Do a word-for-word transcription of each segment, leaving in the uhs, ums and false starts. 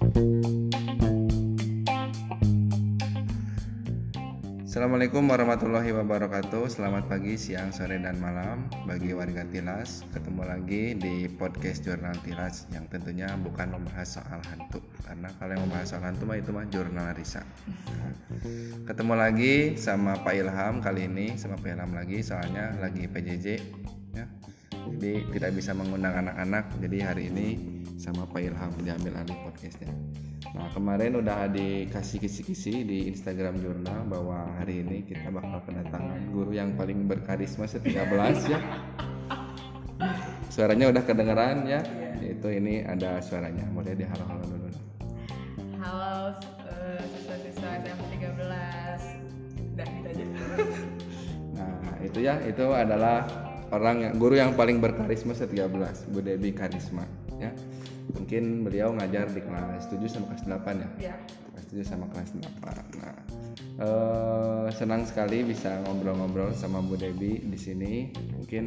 Assalamualaikum warahmatullahi wabarakatuh. Selamat pagi, siang, sore, dan malam bagi warga Tilas. Ketemu lagi di podcast Jurnal Tilas yang tentunya bukan membahas soal hantu, karena kalau yang membahas soal hantu mah itu mah jurnal Risa. Nah, ketemu lagi sama Pak Ilham kali ini, sama Pak Ilham lagi soalnya lagi P J J ya. Jadi tidak bisa mengundang anak-anak. Jadi hari ini sama Pak Ilham diambil alih podcastnya. Nah, kemarin udah dikasih kisi-kisi di Instagram Jurnal bahwa hari ini kita bakal kedatangan guru yang paling berkarisma setiga belas ya. Suaranya udah kedengeran ya. Itu ini ada suaranya. Boleh dihalo-halo dulu. Halo uh, siswa-siswa S M P tiga belas. Udah gitu aja. Nah, itu ya, itu adalah orang yang guru yang paling berkarisma setiga belas, Bu Debbie Karisma ya. Mungkin beliau ngajar di kelas tujuh sama kelas delapan ya? Iya. Kelas tujuh sama kelas delapan. Nah, eh, senang sekali bisa ngobrol-ngobrol sama Bu Debbie di sini. Mungkin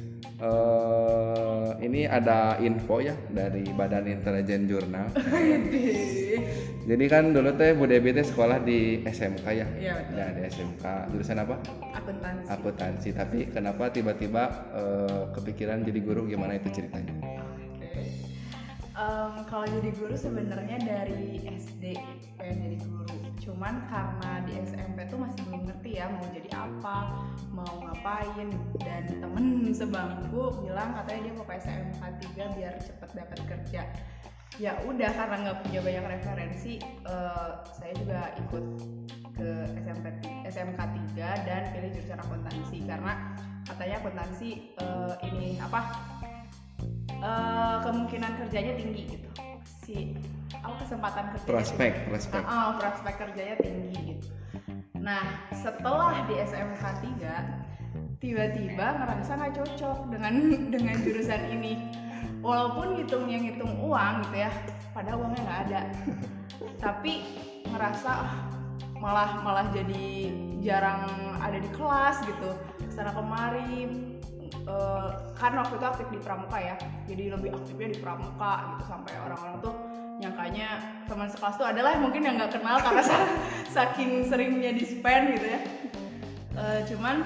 eh, ini ada info ya dari Badan Intelijen Jurnal. Jadi kan dulu teh Bu Debbie teh sekolah di S M K ya? Iya. Ya, di S M K. Jurusan apa? Akuntansi. Akuntansi. Tapi kenapa tiba-tiba eh, kepikiran jadi guru? Gimana itu ceritanya? Um, kalau jadi guru sebenarnya dari S D pengen jadi guru, cuman karena di S M P tuh masih belum ngerti ya mau jadi apa, mau ngapain, dan temen sebangku bilang katanya dia mau ke S M K tiga biar cepet dapat kerja. Ya udah, karena nggak punya banyak referensi, uh, saya juga ikut ke S M P S M K tiga dan pilih jurusan akuntansi karena katanya akuntansi uh, ini apa? Uh, kemungkinan kerjanya tinggi gitu, si apa kesempatan kerja prospek prospek uh, uh, prospek kerjanya tinggi gitu. Nah, setelah di S M K tiga tiba-tiba ngerasa nggak cocok dengan dengan jurusan ini, walaupun ngitung yang ngitung uang gitu ya, padahal uangnya nggak ada, tapi ngerasa ah, malah malah jadi jarang ada di kelas gitu, kesana kemari. Uh, karena waktu itu aktif di pramuka ya, jadi lebih aktifnya di pramuka gitu, sampai orang-orang tuh nyangkanya teman sekelas tuh adalah mungkin yang nggak kenal karena saking seringnya di spend gitu ya. Uh, cuman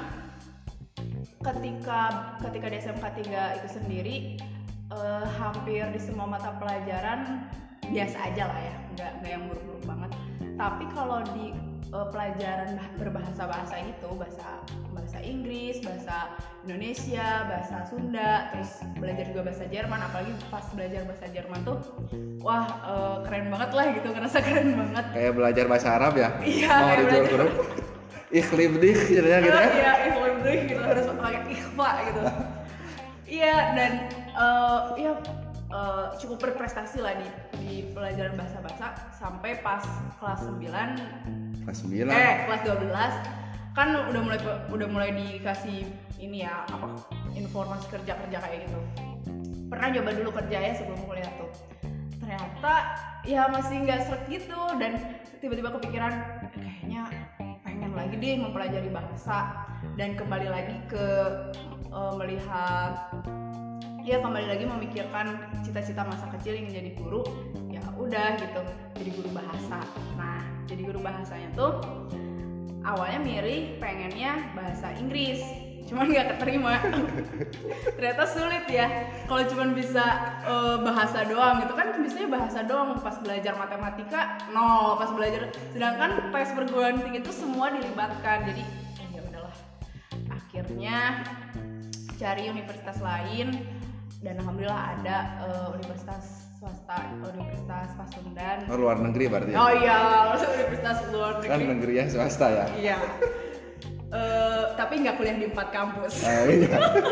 ketika ketika di S M K tiga itu sendiri uh, hampir di semua mata pelajaran biasa aja lah ya, nggak nggak yang buruk-buruk banget. Tapi kalau di uh, pelajaran berbahasa-bahasa gitu, bahasa bahasa Inggris, bahasa Indonesia, bahasa Sunda, terus belajar juga bahasa Jerman, apalagi pas belajar bahasa Jerman tuh wah uh, keren banget lah gitu, ngerasa keren banget. Kayak belajar bahasa Arab ya? Iya, mau dijual grup ikhlib dih gitu ya gitu oh, ya? Iya, ikhlib dih gitu, harus pakai ikhfa gitu. Iya, dan uh, ya uh, cukup berprestasi lah di, di pelajaran bahasa-bahasa sampai pas kelas sembilan kelas sembilan eh kelas dua belas kan udah mulai udah mulai dikasih ini ya apa informasi kerja-kerja kayak gitu. Pernah coba dulu kerja ya sebelum kuliah tuh, ternyata ya masih nggak seret gitu, dan tiba-tiba kepikiran kayaknya pengen lagi deh mempelajari bahasa dan kembali lagi ke uh, melihat ya kembali lagi memikirkan cita-cita masa kecil ingin jadi guru. Ya udah gitu, jadi guru bahasa. Nah, jadi guru bahasanya tuh awalnya milih pengennya bahasa Inggris, cuman nggak keterima. Ternyata sulit ya kalau cuman bisa uh, bahasa doang gitu kan, biasanya bahasa doang, pas belajar matematika nol, pas belajar, sedangkan tes perguruan tinggi itu semua dilibatkan. Jadi ya udahlah, akhirnya cari universitas lain, dan alhamdulillah ada uh, universitas swasta, Universitas Pasundan. Oh, luar negeri berarti ya? Oh iya, universitas luar negeri. Kan negeri ya, swasta ya? Iya. Uh, tapi nggak kuliah di empat kampus. Ah, iya.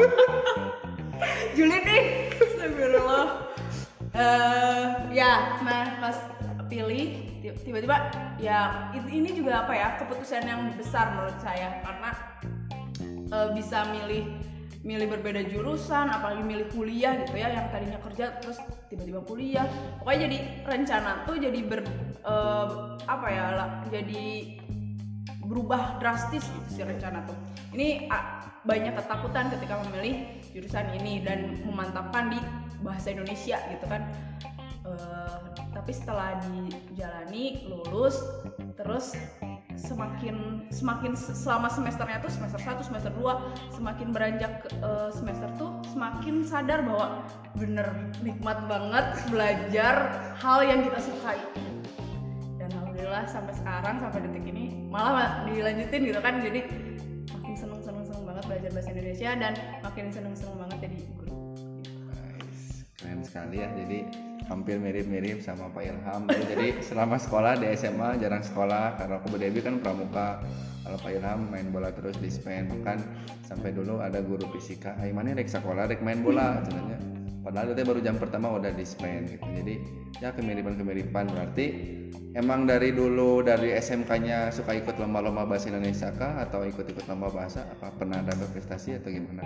Julid nih, astagfirullah. Uh, ya, nah pas pilih tiba-tiba ya ini juga apa ya, keputusan yang besar menurut saya, karena uh, bisa milih milih berbeda jurusan, apalagi milih kuliah gitu ya, yang tadinya kerja terus tiba-tiba kuliah. Pokoknya jadi rencana tuh jadi ber uh, apa ya lah, jadi berubah drastis gitu si rencana tuh. Ini uh, banyak ketakutan ketika memilih jurusan ini dan memantapkan di bahasa Indonesia gitu kan. Uh, tapi setelah dijalani lulus terus semakin semakin selama semesternya tuh semester satu, semester dua semakin beranjak ke uh, semester tuh semakin sadar bahwa bener nikmat banget belajar hal yang kita sukai. Dan alhamdulillah sampai sekarang sampai detik ini malah dilanjutin gitu kan, jadi makin seneng seneng seneng banget belajar bahasa Indonesia dan makin seneng seneng banget jadi guru. Nice. Keren sekali ya, jadi hampir mirip-mirip sama Pak Ilham. Jadi selama sekolah di S M A jarang sekolah karena aku Debbie kan pramuka. Kalau Pak Ilham main bola terus di Spen, bahkan sampai dulu ada guru fisika, "Ai mana rek sekolah rek main bola," sebenarnya. Padahal itu baru jam pertama udah di Spen gitu. Jadi ya kemiripan-kemiripan, berarti emang dari dulu dari S M K-nya suka ikut lomba-lomba bahasa Indonesia kah atau ikut-ikut lomba bahasa? Apa pernah ada berprestasi atau gimana?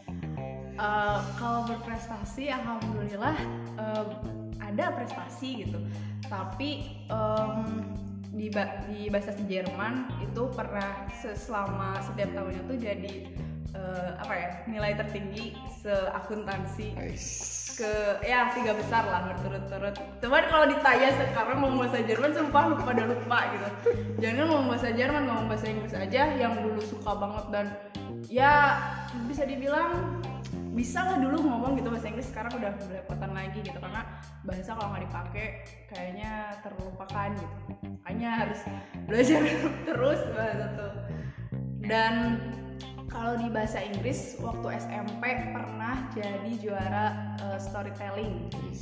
Uh, kalau berprestasi alhamdulillah uh, ada prestasi gitu, tapi um, di, ba- di bahasa Jerman itu pernah selama setiap tahunnya tuh jadi uh, apa ya nilai tertinggi se-akuntansi ke ya tiga besar lah berturut-turut. Cuman kalau ditanya sekarang mau bahasa Jerman sumpah lupa pada lupa gitu. Jangan ngomong bahasa Jerman, ngomong bahasa Inggris aja yang dulu suka banget dan ya bisa dibilang bisa lah dulu ngomong gitu bahasa Inggris, sekarang udah belepotan lagi gitu karena bahasa kalau nggak dipakai kayaknya terlupakan gitu, makanya harus belajar terus bahasa tuh. Dan kalau di bahasa Inggris waktu S M P pernah jadi juara uh, storytelling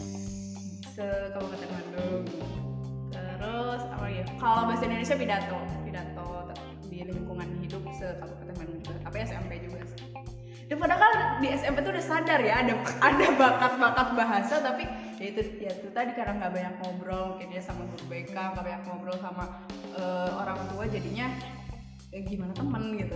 se Kabupaten Bandung. Terus apa ya, kalau bahasa Indonesia pidato pidato di lingkungan hidup se Kabupaten Bandung juga, tapi S M P juga sih. Dan padahal di S M P tuh udah sadar ya ada ada bakat-bakat bahasa, tapi ya itu ya itu tadi karena nggak banyak ngobrol mungkin ya sama guru B K, nggak banyak ngobrol sama uh, orang tua, jadinya ya gimana temen gitu.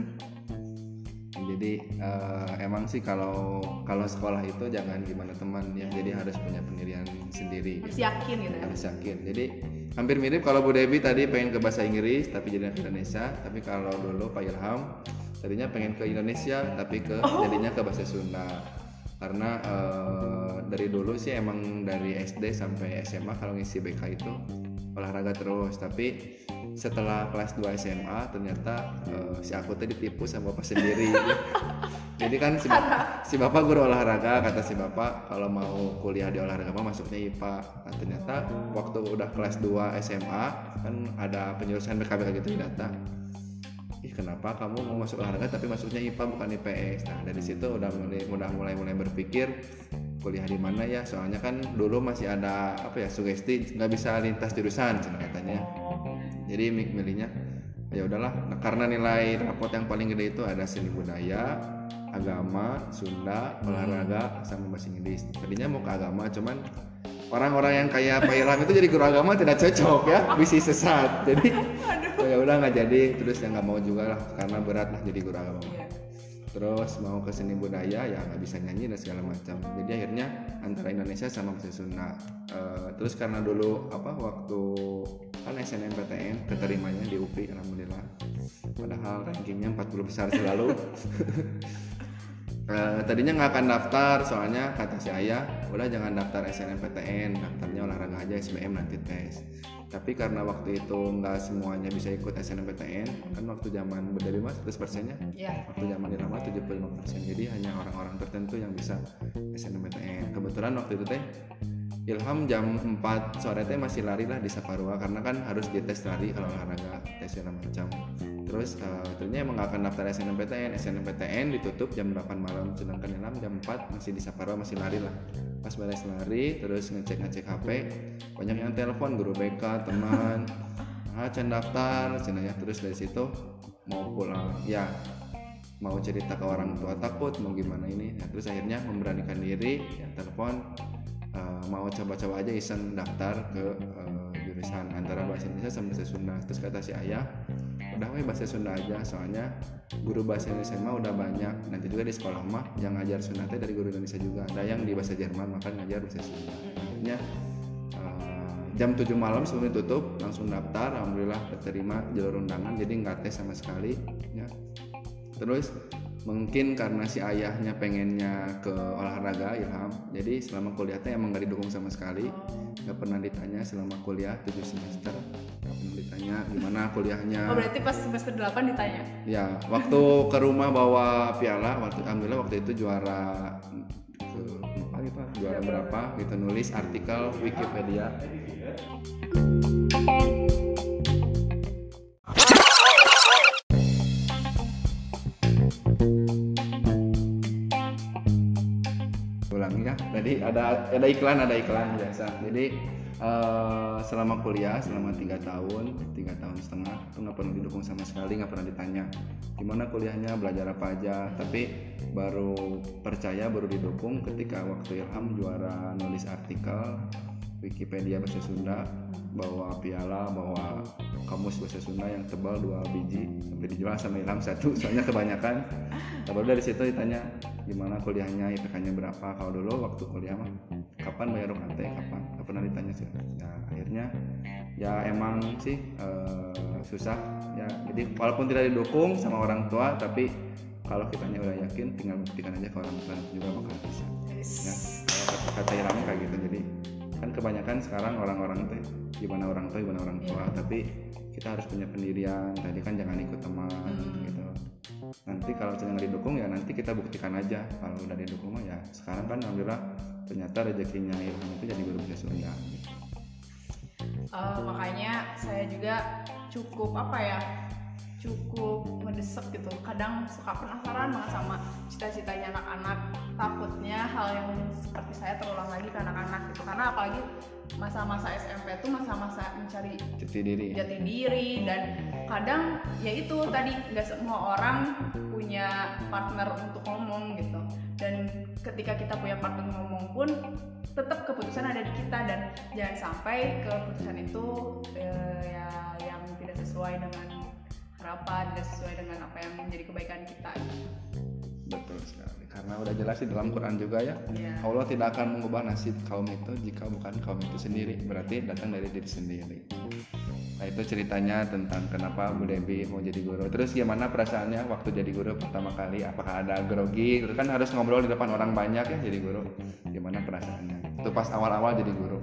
Jadi uh, emang sih kalau kalau sekolah itu jangan gimana teman ya, jadi harus punya pendirian sendiri. Harus yakin gitu. Harus yakin. Jadi hampir mirip kalau Bu Debbie tadi pengen ke bahasa Inggris tapi jadi ke Indonesia, tapi kalau dulu Pak Ilham tadinya pengen ke Indonesia tapi ke oh. jadinya ke bahasa Sunda. Karena uh, dari dulu sih emang dari S D sampai S M A kalau ngisi B K itu olahraga terus, tapi setelah kelas dua S M A ternyata uh, si aku tadi ditipu sama bapak sendiri. Jadi kan si, si bapak guru olahraga, kata si bapak kalau mau kuliah di olahraga mah masuknya I P A. Nah, ternyata waktu udah kelas dua S M A kan ada penjurusan B K B K gitu data. Ih, kenapa kamu mau masuk olahraga tapi masuknya I P A bukan I P S? Nah, dari situ udah mulai udah mulai mulai berpikir kuliah di mana ya, soalnya kan dulu masih ada apa ya sugesti nggak bisa lintas jurusan katanya. Jadi milihnya ya udahlah, nah, karena nilai rapot yang paling gede itu ada seni budaya, agama, Sunda, olahraga sama bahasa Inggris. Tadinya mau ke agama, cuman orang-orang yang kayak Pak Ilham itu jadi guru agama tidak cocok ya, bisa sesat. Jadi oh ya udah nggak jadi, terus ya nggak mau juga lah karena berat lah jadi guru agama. Terus mau ke seni budaya ya nggak bisa nyanyi dan segala macam. Jadi akhirnya antara Indonesia sama bahasa Sunda. Uh, terus karena dulu apa waktu kan S N M P T N keterimanya di U P I alhamdulillah. Padahal rankingnya empat puluh besar selalu. Uh, tadinya nggak akan daftar soalnya kata si ayah udah jangan daftar S N M P T N, daftarnya olahraga aja S B M nanti tes. Tapi karena waktu itu nggak semuanya bisa ikut S N M P T N, kan waktu zaman berdiri mas seratus persennya, yeah. Waktu zaman di lama tujuh puluh lima persen, jadi hanya orang-orang tertentu yang bisa S N M P T N. Kebetulan waktu itu teh Ilham jam empat sore teh masih lari lah di Saparua karena kan harus dites lari kalau olahraga tes segala macam. Terus uh, ternyata emang gak akan daftar S N M P T N, S N M P T N ditutup jam delapan malam, sedangkan Ilham jam empat masih di Saparua masih lari lah. Pas beres lari terus ngecek-ngecek H P, banyak yang telepon guru B K, teman, ah can daftar, cina ya. Terus dari situ mau pulang, ya mau cerita ke orang tua takut mau gimana ini, ya, terus akhirnya memberanikan diri, ya telepon. Uh, mau coba-coba aja iseng daftar ke uh, jurusan antara bahasa Indonesia sama bahasa Sunda. Terus kata si ayah udah weh bahasa Sunda aja, soalnya guru bahasa Indonesia mah udah banyak, nanti juga di sekolah mah yang ngajar Sunda teh dari guru Indonesia juga ada yang di bahasa Jerman maka ngajar bahasa Sunda. Akhirnya uh, jam tujuh malam sebelum ditutup langsung daftar, alhamdulillah keterima jalur undangan, jadi nggak tes sama sekali ya. Terus mungkin karena si ayahnya pengennya ke olahraga Ilham, jadi selama kuliahnya emang gak didukung sama sekali. Gak pernah ditanya selama kuliah tujuh semester, gak pernah ditanya gimana kuliahnya. Oh berarti pas semester delapan ditanya? Ya, waktu ke rumah bawa piala, waktu alhamdulillah waktu itu juara ke apa gitu, juara berapa gitu, nulis artikel Wikipedia. Ulangi ya, tadi ada ada iklan ada iklan biasa. Jadi uh, selama kuliah selama tiga tahun tiga tahun setengah itu nggak pernah didukung sama sekali, nggak pernah ditanya gimana kuliahnya, belajar apa aja. Tapi baru percaya, baru didukung ketika waktu Ilham juara nulis artikel Wikipedia bahasa Sunda, bawa piala, bawa kamus bahasa Sunda yang tebal dua biji, sampai dijual sama Ilham satu soalnya kebanyakan. Nah, baru dari situ ditanya gimana kuliahnya, I P K-nya berapa. Kalau dulu waktu kuliah mah kapan bayar U K T, kapan, nggak pernah ditanya sih. Ya akhirnya ya emang sih uh, susah ya. Jadi walaupun tidak didukung sama orang tua, tapi kalau kitanya udah yakin, tinggal buktikan aja ke orang tua juga bakal bisa. Ya, kalau kata kata Ilham kayak gitu. Jadi kan kebanyakan sekarang orang-orang tuh gimana orang tua gimana orang tua, yeah. Tapi kita harus punya pendirian. Tadi kan jangan ikut teman hmm. gitu. Nanti kalau misalnya nggak didukung ya nanti kita buktikan aja. Kalau udah didukung ya sekarang kan alhamdulillah ternyata rezekinya Ilham itu jadi guru bahasa Sunda gitu. Uh, makanya saya juga cukup apa ya cukup mendesak gitu, kadang suka penasaran banget sama cita-citanya anak-anak, takutnya hal yang seperti saya terulang lagi ke anak-anak gitu. Karena apalagi masa-masa S M P itu masa-masa mencari jati diri jati diri dan kadang ya itu tadi nggak semua orang punya partner untuk ngomong gitu, dan ketika kita punya partner ngomong pun tetap keputusan ada di kita, dan jangan sampai keputusan itu eh, ya yang tidak sesuai dengan harapan, tidak sesuai dengan apa yang menjadi kebaikan kita. Betul sekali, karena udah jelas di dalam Quran juga ya, yeah. Allah tidak akan mengubah nasib kaum itu jika bukan kaum itu sendiri, berarti datang dari diri sendiri. Nah itu ceritanya tentang kenapa Bu Debbie mau jadi guru. Terus gimana perasaannya waktu jadi guru pertama kali? Apakah ada grogi? Itu kan harus ngobrol di depan orang banyak ya jadi guru. Gimana perasaannya? Itu pas awal-awal jadi guru.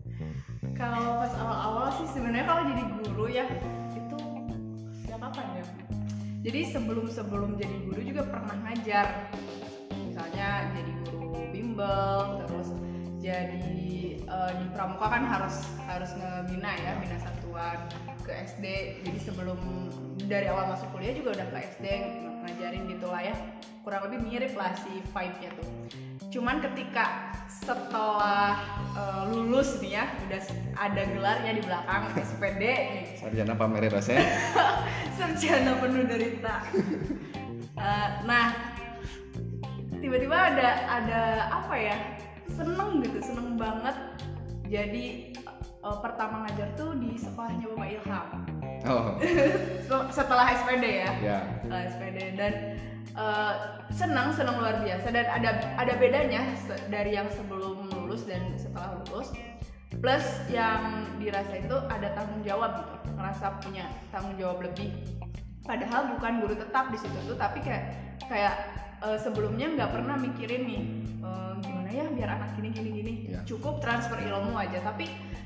Kalau pas awal-awal sih sebenarnya kalau jadi guru ya itu sejak kapan ya? Jadi sebelum-sebelum jadi guru juga pernah ngajar. Misalnya jadi guru bimbel, terus jadi uh, di pramuka kan harus harus ngebina ya, bina satuan ke S D. Jadi sebelum dari awal masuk kuliah juga udah ke S D ngajarin gitulah ya. Kurang lebih mirip lah si vibe-nya tuh. Cuman ketika setelah uh, lulus nih ya, udah ada gelarnya di belakang S P D nih. Sarjana pamer rasanya. Sarjana penuh derita. uh, nah, tiba-tiba ada ada apa ya? Seneng gitu, seneng banget. Jadi uh, pertama ngajar tuh di sekolahnya Bapak Ilham. Oh. Setelah S P D ya. Yeah. Setelah S P D dan uh, senang senang luar biasa, dan ada ada bedanya dari yang sebelum lulus dan setelah lulus. Plus yang dirasa itu ada tanggung jawab gitu, ngerasa punya tanggung jawab lebih. Padahal bukan guru tetap di situ tuh, tapi kayak kayak uh, sebelumnya nggak pernah mikirin nih uh, gimana ya biar anak gini gini gini. Yeah. Cukup transfer ilmu aja. Tapi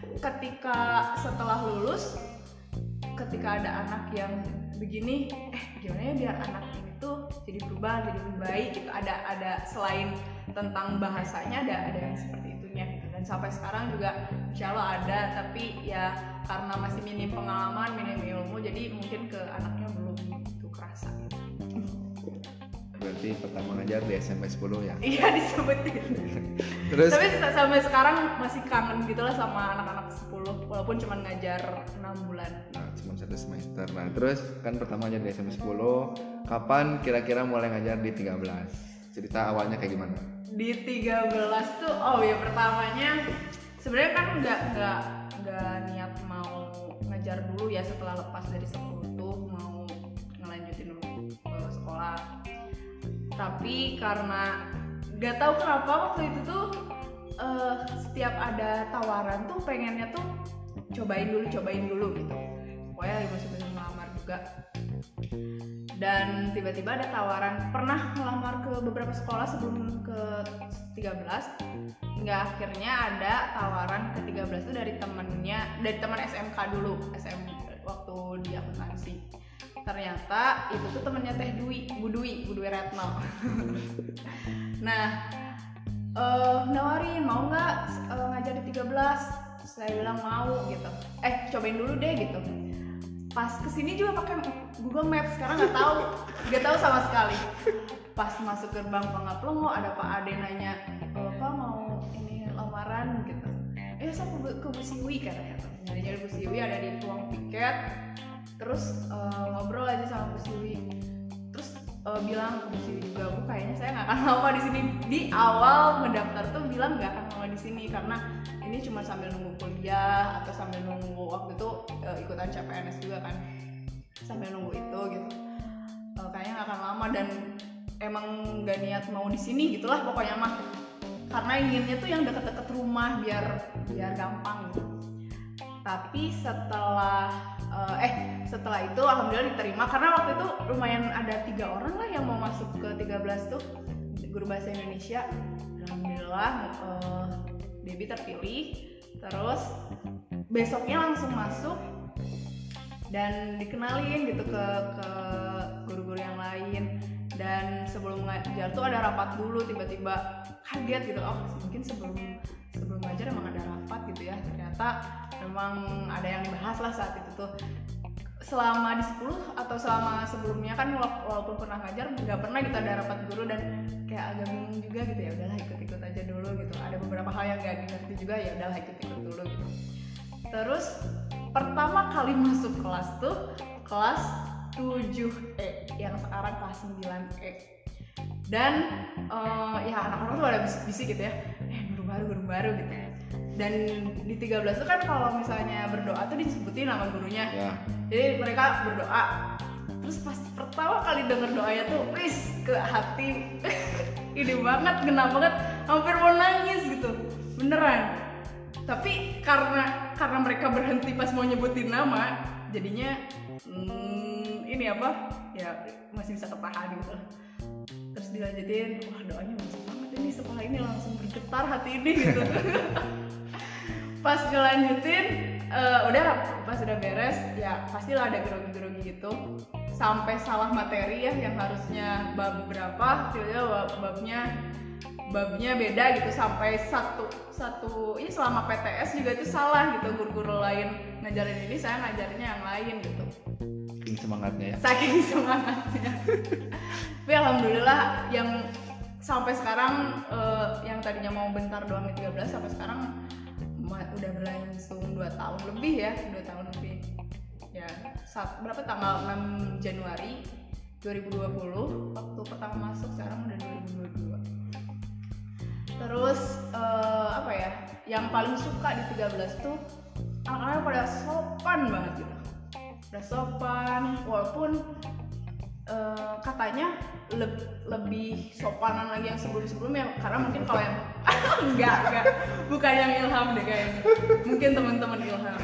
ketika setelah lulus, ketika ada anak yang begini, eh gimana ya biar anak ini tuh jadi berubah, jadi lebih baik gitu. Ada ada selain tentang bahasanya ada ada yang seperti itunya gitu. Dan sampai sekarang juga insya Allah ada, tapi ya karena masih minim pengalaman, minim ilmu, jadi mungkin ke anaknya belum itu kerasa. Berarti pertama ngajar di S M P sepuluh ya? Iya disebutin. Terus? Tapi sampai sekarang masih kangen gitu lah sama anak-anak sepuluh, walaupun cuma ngajar enam bulan. Nah, cuma satu semester. Nah, terus kan pertama ngajar di S M P sepuluh, kapan kira-kira mulai ngajar di tiga belas? Cerita awalnya kayak gimana? Di tiga belas tuh, oh ya pertamanya sebenarnya kan nggak nggak nggak niat mau ngajar dulu ya, setelah lepas dari sepuluh tuh mau ngelanjutin uh, sekolah. Tapi karena nggak tahu kenapa waktu itu tuh uh, setiap ada tawaran tuh pengennya tuh cobain dulu cobain dulu gitu. Pokoknya lagi masih belum melamar juga. dan tiba-tiba ada tawaran, pernah ngelamar ke beberapa sekolah sebelum ke tiga belas, hingga akhirnya ada tawaran ke tiga belas itu dari temennya, dari teman S M K dulu, S M waktu di akuntansi. Ternyata itu tuh temennya Teh Dwi, Bu Dwi, Bu Dwi Retno. Nah, uh, nawarin mau nggak uh, ngajar di tiga belas? Saya bilang mau gitu. Eh, cobain dulu deh gitu. Pas kesini juga pakai Google Maps, sekarang nggak tahu, nggak tahu sama sekali. Pas masuk gerbang Pangaplengo ada Pak Ade nanya, Bapak mau ini lamaran gitu. Eh, saya ke, ke Bu Siwi katanya. Nyari-nyari Bu Siwi ada di ruang tiket. Terus uh, ngobrol aja sama Bu Siwi, terus uh, bilang ke Bu Siwi juga, Bu kayaknya saya nggak akan lama di sini. Di awal mendaftar tuh bilang nggak akan lama di sini karena ini cuma sambil nunggu kuliah atau sambil nunggu waktu itu uh, ikutan C P N S juga kan, sambil nunggu itu gitu. Uh, kayaknya nggak akan lama dan emang nggak niat mau di sini gitulah pokoknya mah. Karena inginnya tuh yang deket-deket rumah biar biar gampang gitu. Tapi setelah Uh, eh setelah itu alhamdulillah diterima karena waktu itu lumayan ada tiga orang lah yang mau masuk ke tiga belas tuh guru bahasa Indonesia. Alhamdulillah uh, Debbie terpilih, terus besoknya langsung masuk dan dikenalin gitu ke ke guru-guru yang lain. Dan sebelum ngajar tuh ada rapat dulu, tiba-tiba kaget gitu, oh mungkin sebelum sebelum ngajar emang ada rapat gitu ya. Ternyata memang ada yang dibahas lah saat itu tuh. Selama di sepuluh atau selama sebelumnya kan walaupun pernah ngajar nggak pernah gitu ada rapat guru dan kayak agak bingung juga gitu, ya udahlah ikut-ikut aja dulu gitu. Ada beberapa hal yang nggak ngerti juga, ya udahlah ikut-ikut dulu gitu. Terus pertama kali masuk kelas tuh kelas tujuh E yang sekarang kelas sembilan E. Dan uh, ya anak-anak tuh ada bisik-bisik gitu ya, eh guru baru, guru baru gitu. Dan di tiga belas itu kan kalau misalnya berdoa tuh disebutin nama gurunya ya. Jadi mereka berdoa, terus pas pertama kali denger doanya tuh wis ke hati ide banget, ngena banget, hampir mau nangis gitu, beneran. Tapi karena karena mereka berhenti pas mau nyebutin nama, jadinya hmm, ini apa ya masih bisa ketahan gitu. Terus dilanjutin, wah doanya bagus banget ini, sekolah ini langsung bergetar hati ini gitu. Pas ngelanjutin, uh, udah pas udah beres, ya pastilah ada grogi-grogi gitu. Sampai salah materi ya, yang harusnya bab berapa, tiba-tiba babnya babnya beda gitu. Sampai satu satu ini selama P T S juga itu salah gitu, guru-guru lain ngajarin ini, saya ngajarinnya yang lain gitu. Saking semangatnya ya. Saking semangatnya. Tapi alhamdulillah yang sampai sekarang uh, yang tadinya mau bentar doang di tiga belas sampai sekarang udah berlangsung dua tahun lebih ya, dua tahun lebih. Ya, saat berapa tanggal enam Januari dua ribu dua puluh waktu pertama masuk, sekarang udah dua ribu dua puluh dua. Terus uh, apa ya? Yang paling suka di tiga belas tuh anak-anak pada sopan banget gitu. Pada sopan walaupun uh, katanya le- lebih sopanan lagi yang sebelum-sebelumnya, karena mungkin kalau yang enggak, enggak, bukan yang Ilham deh kayaknya, mungkin teman-teman Ilham.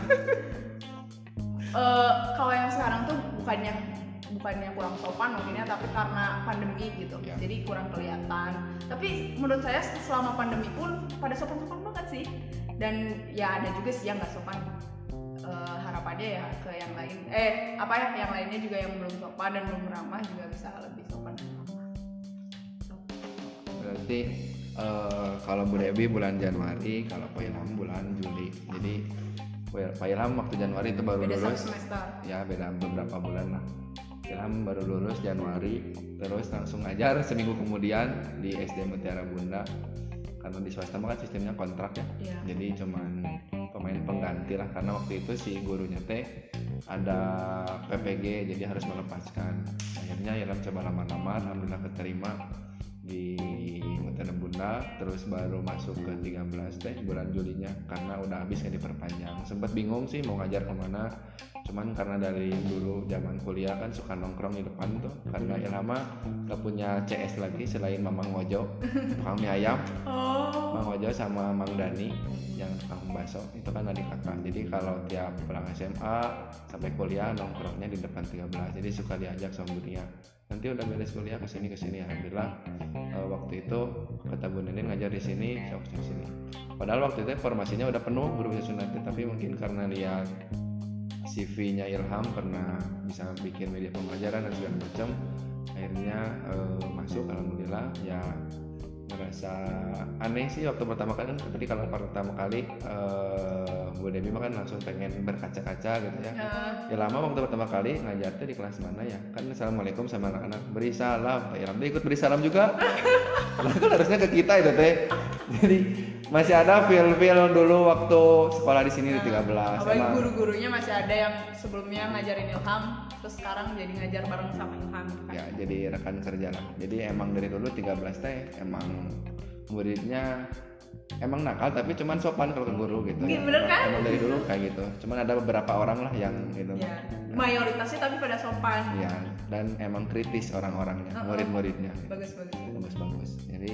Uh, kalau yang sekarang tuh bukannya bukannya kurang sopan mungkinnya, tapi karena pandemi gitu, ya. Jadi kurang kelihatan. Tapi menurut saya selama pandemi pun pada sopan-sopan banget sih. Dan ya ada juga sih yang nggak sopan. Uh, harapannya ya ke yang lain, eh apa ya, yang lainnya juga yang belum sopan dan belum ramah juga bisa lebih sopan dan ramah. Berarti uh, kalau Bu Debbie bulan Januari, kalau Pak Ilham bulan Juli. Jadi Pak Ilham waktu Januari itu baru beda lulus. Semester. Ya beda beberapa bulan lah. Ilham baru lulus Januari, terus langsung ngajar seminggu kemudian di S D Mutiara Bunda. Karena di swasta mah kan sistemnya kontrak ya. Ya. Jadi cuman pemain pengganti lah, karena waktu itu si gurunya teh ada P P G jadi harus melepaskan. Akhirnya Ilham coba lamar-lamar, alhamdulillah keterima. di Mutara Bunda, terus baru masuk ke tiga belas teh bulan Julinya karena udah habis kan diperpanjang. Sempat bingung sih mau ngajar kemana, cuman karena dari dulu zaman kuliah kan suka nongkrong di depan tuh, karena Ilhama gak punya C S lagi selain Mamang Mojo tukang mie ayam. Oh. Mang Ojo sama Mang Dani yang tukang bakso itu kan adik kakak, jadi kalau tiap pulang S M A sampai kuliah nongkrongnya di depan tiga belas, jadi suka diajak sama dunia. Nanti udah beres kuliah kesini kesini alhamdulillah. Uh, waktu itu kata Bu Nenin ngajar di sini, sok di sini. Padahal waktu itu formasinya udah penuh guru bahasa Sunda, tapi mungkin karena lihat C V-nya Ilham pernah bisa bikin media pembelajaran dan segala macam, akhirnya uh, masuk alhamdulillah. Ya merasa aneh sih waktu pertama kali, tapi kalau pertama kali uh, Bu Dewi mah kan langsung pengen berkaca-kaca gitu ya. Ya lama waktu pertama kali ngajar tuh di kelas mana ya? Kan assalamualaikum sama anak-anak, beri salam. Pak Ilham dia ikut beri salam juga. Lah kan harusnya ke kita itu teh. Jadi masih ada feel-feel dulu waktu sekolah di sini nah, di tiga belas. Apalagi guru-gurunya masih ada yang sebelumnya ngajarin Ilham, terus sekarang jadi ngajar bareng sama Ilham. Kan? Ya, jadi rekan kerja lah. Jadi emang dari dulu tiga belas teh emang muridnya emang nakal tapi cuman sopan kalau ke guru gitu. Iya, bener kan? Emang dari dulu kayak gitu. Cuman ada beberapa orang lah yang gitu. Ya, mayoritasnya tapi pada sopan. Iya, dan emang kritis orang-orangnya, uh-uh. murid-muridnya. Bagus-bagus. Bagus-bagus. Jadi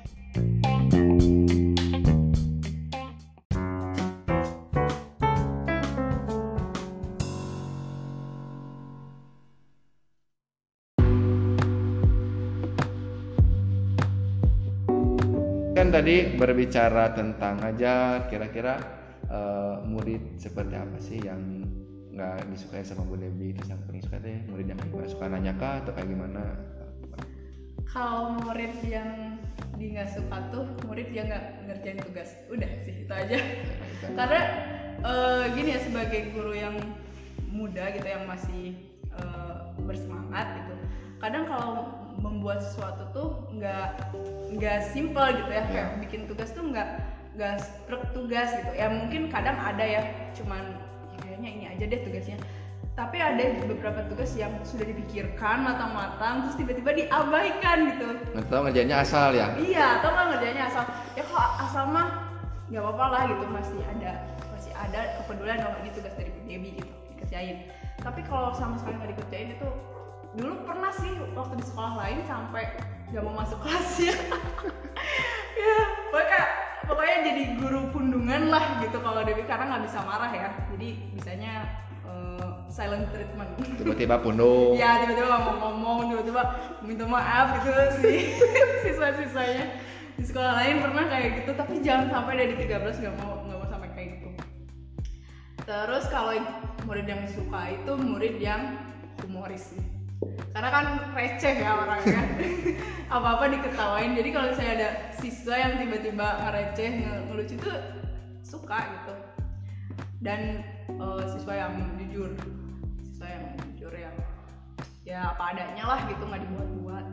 kan tadi berbicara tentang ngajar, kira-kira uh, murid seperti apa sih yang nggak disukai sama Bu Debbie, terus yang paling suka deh murid yang gimana, suka nanya kah atau kayak gimana? Kalau murid yang di nggak suka tuh murid yang nggak ngerjain tugas, udah sih itu aja. Karena uh, gini ya, sebagai guru yang muda gitu yang masih uh, bersemangat gitu, kadang kalau membuat sesuatu tuh nggak nggak simple gitu ya, kayak yeah. bikin tugas tuh nggak nggak struk tugas gitu ya. Mungkin kadang ada ya cuman ya kayaknya ini aja deh tugasnya, tapi ada beberapa tugas yang sudah dipikirkan matang-matang terus tiba-tiba diabaikan gitu. Atau ngerjainnya asal ya? Iya, atau nggak ngerjainnya asal. Ya kalau asal mah nggak apa-apa lah gitu, masih ada masih ada kepedulian kalau ini tugas dari Bu Debbie gitu dikerjain. Tapi kalau sama sekali nggak dikerjain itu, dulu pernah sih waktu di sekolah lain sampai nggak mau masuk kelas ya. Ya pokoknya, pokoknya jadi guru pundungan lah gitu kalau Debbie, karena nggak bisa marah ya, jadi bisanya uh, silent treatment. Tiba-tiba pundung. Ya tiba-tiba nggak mau ngomong, tiba-tiba minta maaf gitu sih. Siswa-siswanya di sekolah lain pernah kayak gitu, tapi jangan sampai dari tiga belas nggak mau nggak mau sampai kayak gitu. Terus kalau murid yang suka itu murid yang humoris sih, karena kan receh ya orangnya. Apa-apa diketawain, jadi kalau saya ada siswa yang tiba-tiba ngereceh, ngelucu itu suka gitu. Dan uh, siswa yang jujur, siswa yang jujur yang ya apa adanya lah gitu, nggak dibuat-buat.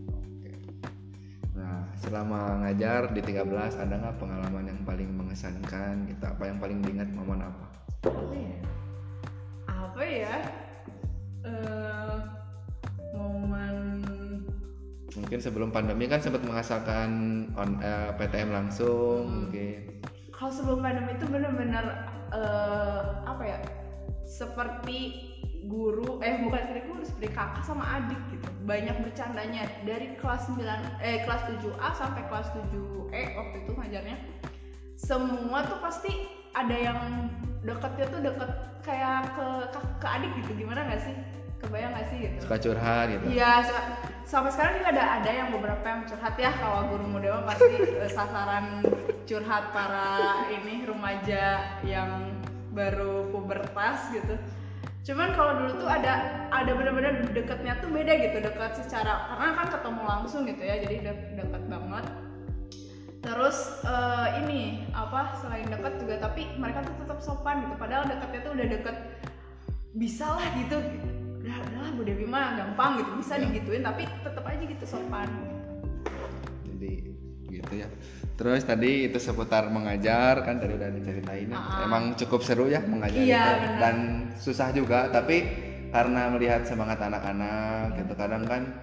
Nah, selama ngajar di tiga belas ada nggak pengalaman yang paling mengesankan gitu? Apa yang paling diingat, momen apa? Apa ya? Apa ya? Uh, momen mungkin sebelum pandemi kan sempat mengasalkan on uh, P T M langsung. hmm. Mungkin kalau sebelum pandemi itu benar-benar uh, apa ya, seperti guru eh bukan seperti guru, seperti kakak sama adik gitu, banyak bercandanya. Dari kelas sembilan eh kelas tujuh A sampai kelas tujuh E waktu itu ngajarnya, semua tuh pasti ada yang deketnya tuh deket kayak ke ke, ke adik gitu. Gimana nggak sih, kebayang nggak sih gitu, suka curhat gitu. Iya, sampai sekarang juga ada ada yang beberapa yang curhat ya. Kalau guru muda mah pasti sasaran curhat para ini remaja yang baru pubertas gitu. Cuman kalau dulu tuh ada ada benar-benar dekatnya tuh beda gitu, dekat secara karena kan ketemu langsung gitu ya, jadi de- dekat banget. Terus uh, ini apa, selain dekat juga tapi mereka tuh tetap sopan gitu, padahal dekatnya tuh udah deket bisa lah gitu. Udah udahlah Bu Debbie mah gampang gitu, bisa ya. Digituin tapi tetap aja gitu sopan gitu. Jadi gitu ya. Terus tadi itu seputar mengajar kan, tadi udah diceritain. Uh-huh. Emang cukup seru ya mengajar iya, itu bener. Dan susah juga, tapi karena melihat semangat anak-anak gitu, kadang kan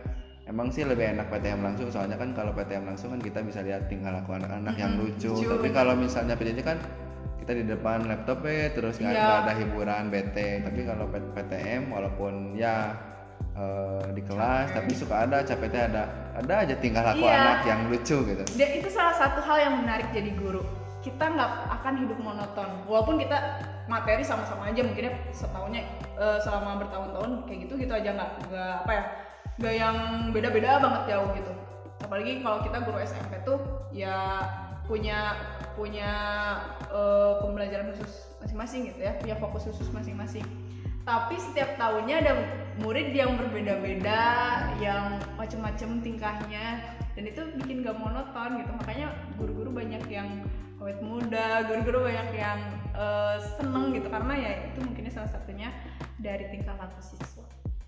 emang sih lebih enak P T M langsung, soalnya kan kalau P T M langsung kan kita bisa lihat tingkah laku anak-anak mm-hmm. yang lucu. lucu tapi kalau misalnya P J J kan kita di depan laptop ya terus nggak yeah. ada hiburan bete. Tapi kalau P T M walaupun ya uh, di kelas capek. Tapi suka ada capeknya ada ada aja tingkah laku yeah. anak yang lucu gitu. Dan itu salah satu hal yang menarik jadi guru. Kita nggak akan hidup monoton walaupun kita materi sama-sama aja mungkinnya setahunnya uh, selama bertahun-tahun kayak gitu gitu aja nggak nggak apa ya nggak yang beda-beda banget jauh gitu. Apalagi kalau kita guru S M P tuh ya punya punya uh, pembelajaran khusus masing-masing gitu ya, punya fokus khusus masing-masing. Tapi setiap tahunnya ada murid yang berbeda-beda, yang macam-macam tingkahnya, dan itu bikin gak monoton gitu. Makanya guru-guru banyak yang awet muda, guru-guru banyak yang uh, seneng gitu karena ya itu mungkinnya salah satunya dari tingkah laku siswa.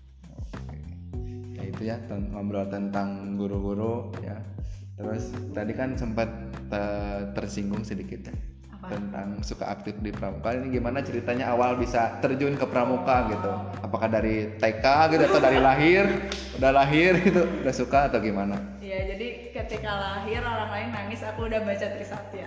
Ya itu ya ten- ngobrol tentang guru-guru ya. Terus tadi kan sempat te- tersinggung sedikit ya apa? Tentang suka aktif di pramuka. Ini gimana ceritanya awal bisa terjun ke pramuka oh. gitu? Apakah dari T K gitu atau dari lahir? Udah lahir gitu, udah suka atau gimana? Iya, jadi ketika lahir orang lain nangis, aku udah baca Trisatya.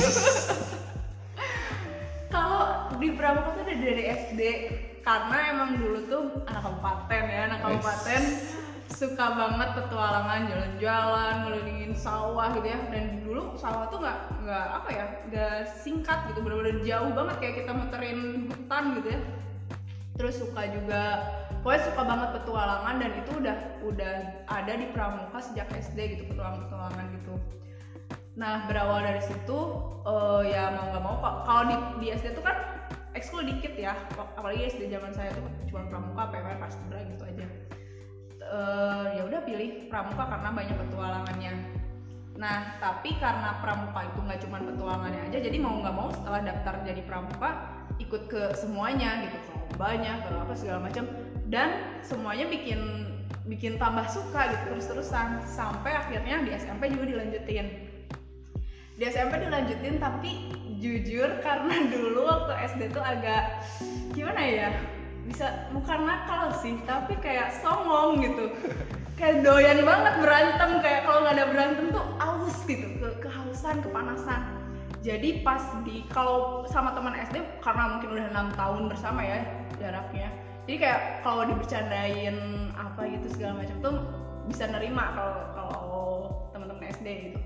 Kalau di pramuka tuh udah dari S D, karena emang dulu tuh anak kabupaten ya, anak kabupaten suka banget petualangan, jalan-jalan, ngelilingin sawah gitu ya. Dan dulu sawah tuh nggak nggak apa ya, nggak singkat gitu, benar-benar jauh banget kayak kita muterin hutan gitu ya. Terus suka juga, pokoknya suka banget petualangan dan itu udah udah ada di pramuka sejak S D gitu, petualangan-petualangan gitu. Nah berawal dari situ uh, ya mau nggak mau kalau di, di S D tuh kan ekskul dikit ya, apalagi S D zaman saya tuh cuma pramuka, P W R, paskibra gitu aja. Uh, ya udah pilih pramuka karena banyak petualangannya. Nah tapi karena pramuka itu nggak cuma petualangannya aja, jadi mau nggak mau setelah daftar jadi pramuka ikut ke semuanya gitu, banyak kalau apa segala macam, dan semuanya bikin bikin tambah suka gitu terus-terusan sampai akhirnya di S M P juga dilanjutin. Di S M P dilanjutin tapi jujur karena dulu waktu S D tuh agak gimana ya, bisa bukan nakal sih tapi kayak songong gitu, kayak doyan banget berantem, kayak kalau nggak ada berantem tuh aus gitu, ke kehausan, kepanasan. Jadi pas di kalau sama teman S D karena mungkin udah enam tahun bersama ya jaraknya, jadi kayak kalau dibercandain apa gitu segala macam tuh bisa nerima kalau kalau teman-teman S D gitu.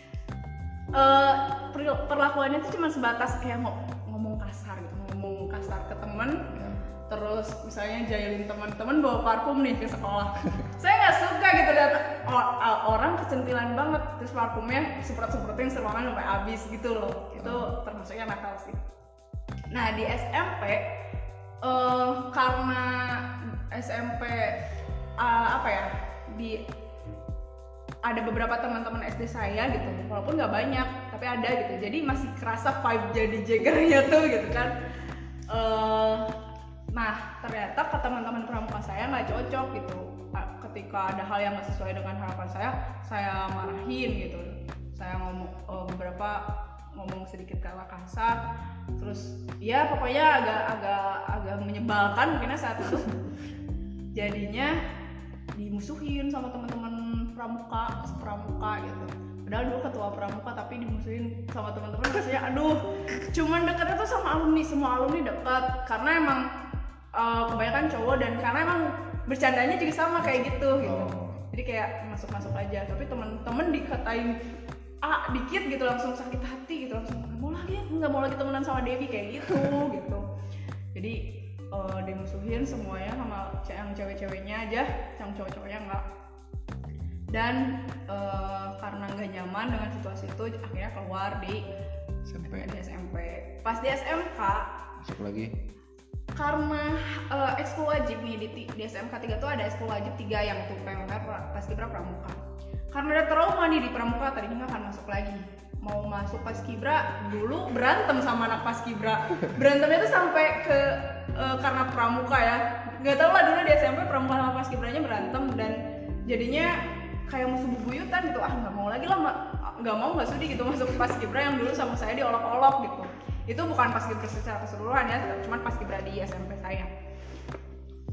Uh, perlakuannya tuh cuma sebatas kayak ngomong kasar gitu, ngomong kasar ke teman. Ya. Terus misalnya jahilin teman-teman bawa parfum nih ke sekolah. Saya nggak suka gitu lihat orang kecentilan banget terus parfumnya semprot-semprotin seruangan sampai habis gitu loh. Itu termasuknya nakal sih. Nah di S M P uh, karena S M P uh, apa ya di ada beberapa teman-teman S D saya gitu, walaupun nggak banyak tapi ada gitu. Jadi masih kerasa vibe jadi Jaggernya tuh gitu kan. Uh, Nah ternyata ke teman-teman pramuka saya nggak cocok gitu. Ketika ada hal yang nggak sesuai dengan harapan saya, saya marahin gitu. Saya ngomong oh, beberapa ngomong sedikit kata kasar. Terus ya pokoknya agak agak agak menyebalkan mungkinnya saat itu. Jadinya dimusuhin sama teman-teman pramuka, pramuka gitu. Padahal dulu ketua pramuka tapi dimusuhin sama teman-teman. Rasanya aduh, cuman dekatnya tuh sama alumni, semua alumni dekat karena emang Uh, kebanyakan cowok dan karena emang bercandanya juga sama kayak gitu gitu. Oh. Jadi kayak masuk-masuk aja. Tapi temen-temen dikatain ah dikit gitu langsung sakit hati gitu, langsung nggak mau lagi nggak mau lagi temenan sama Devi kayak gitu gitu. Jadi uh, dimusuhin semuanya sama yang cewek-ceweknya aja, yang cowok-cowoknya nggak. Dan uh, karena nggak nyaman dengan situasi itu akhirnya keluar di S M P. Di S M P. Pas di S M K masuk lagi. Karena uh, ekskul wajib nih di, di S M K tiga tuh ada ekskul wajib tiga yang tuh P W R, paskibra, pramuka. Karena ada trauma nih di pramuka, tadinya nggak akan masuk lagi. Mau masuk paskibra dulu berantem sama anak paskibra. Berantemnya tuh sampai ke uh, karena pramuka ya. Nggak tau lah dulu di S M P pramuka sama paskibranya berantem dan jadinya kayak musuh bebuyutan gitu. Ah nggak mau lagi lah, nggak mau nggak sudi gitu masuk paskibra yang dulu sama saya diolok-olok gitu. Itu bukan paskibra secara keseluruhan ya, cuma paskibra di S M P saya.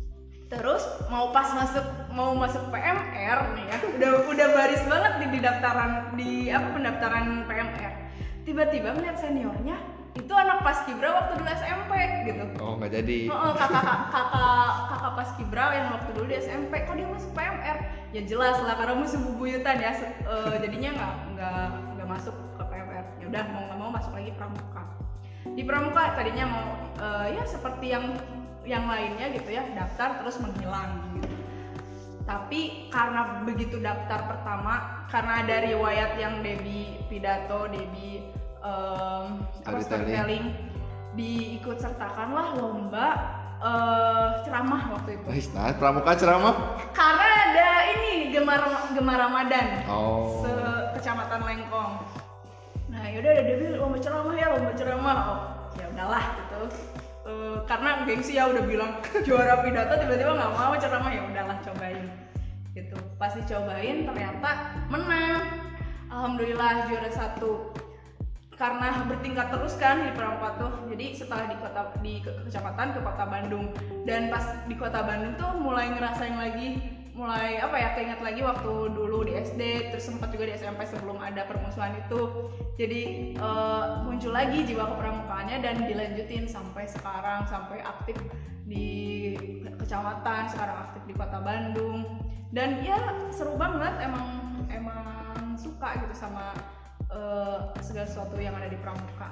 Terus mau pas masuk mau masuk P M R nih ya, udah udah baris banget di, di daftaran di apa pendaftaran P M R. Tiba-tiba ngeliat seniornya itu anak paskibra waktu dulu S M P gitu. Oh nggak jadi. Oh, kakak kakak kakak paskibra yang waktu dulu di S M P, kok dia masuk P M R? Ya jelas lah karena musuh bubuyutan ya, uh, jadinya nggak nggak nggak masuk ke P M R. Ya udah mau nggak mau masuk lagi pramuka. Di pramuka tadinya mau uh, ya seperti yang yang lainnya gitu ya, daftar terus menghilang gitu. Tapi karena begitu daftar pertama, karena ada riwayat yang Debbie pidato, Debbie um, apa storytelling, diikut sertakanlah lomba uh, ceramah waktu itu. Wih, nah pramuka ceramah? Karena ada ini gemar gemar Ramadan oh. se kecamatan Lengkong. Nah yaudah ada Debbie lomba ceramah ya, lomba ceramah. Oh ya udahlah gitu. Uh, karena gengsi ya udah bilang juara pidato tiba-tiba nggak mau ceramah, ya udahlah cobain gitu. Pas dicobain ternyata menang, alhamdulillah juara satu. Karena bertingkat terus kan di pramuka tuh, jadi setelah di kota di ke, kecamatan ke kota Bandung, dan pas di kota Bandung tuh mulai ngerasain lagi, mulai apa ya keinget lagi waktu dulu di S D, terus sempat juga di S M P sebelum ada permusuhan itu. Jadi uh, muncul lagi jiwa kepramukaannya dan dilanjutin sampai sekarang, sampai aktif di kecamatan, sekarang aktif di kota Bandung. Dan ya seru banget, emang emang suka gitu sama uh, segala sesuatu yang ada di pramuka.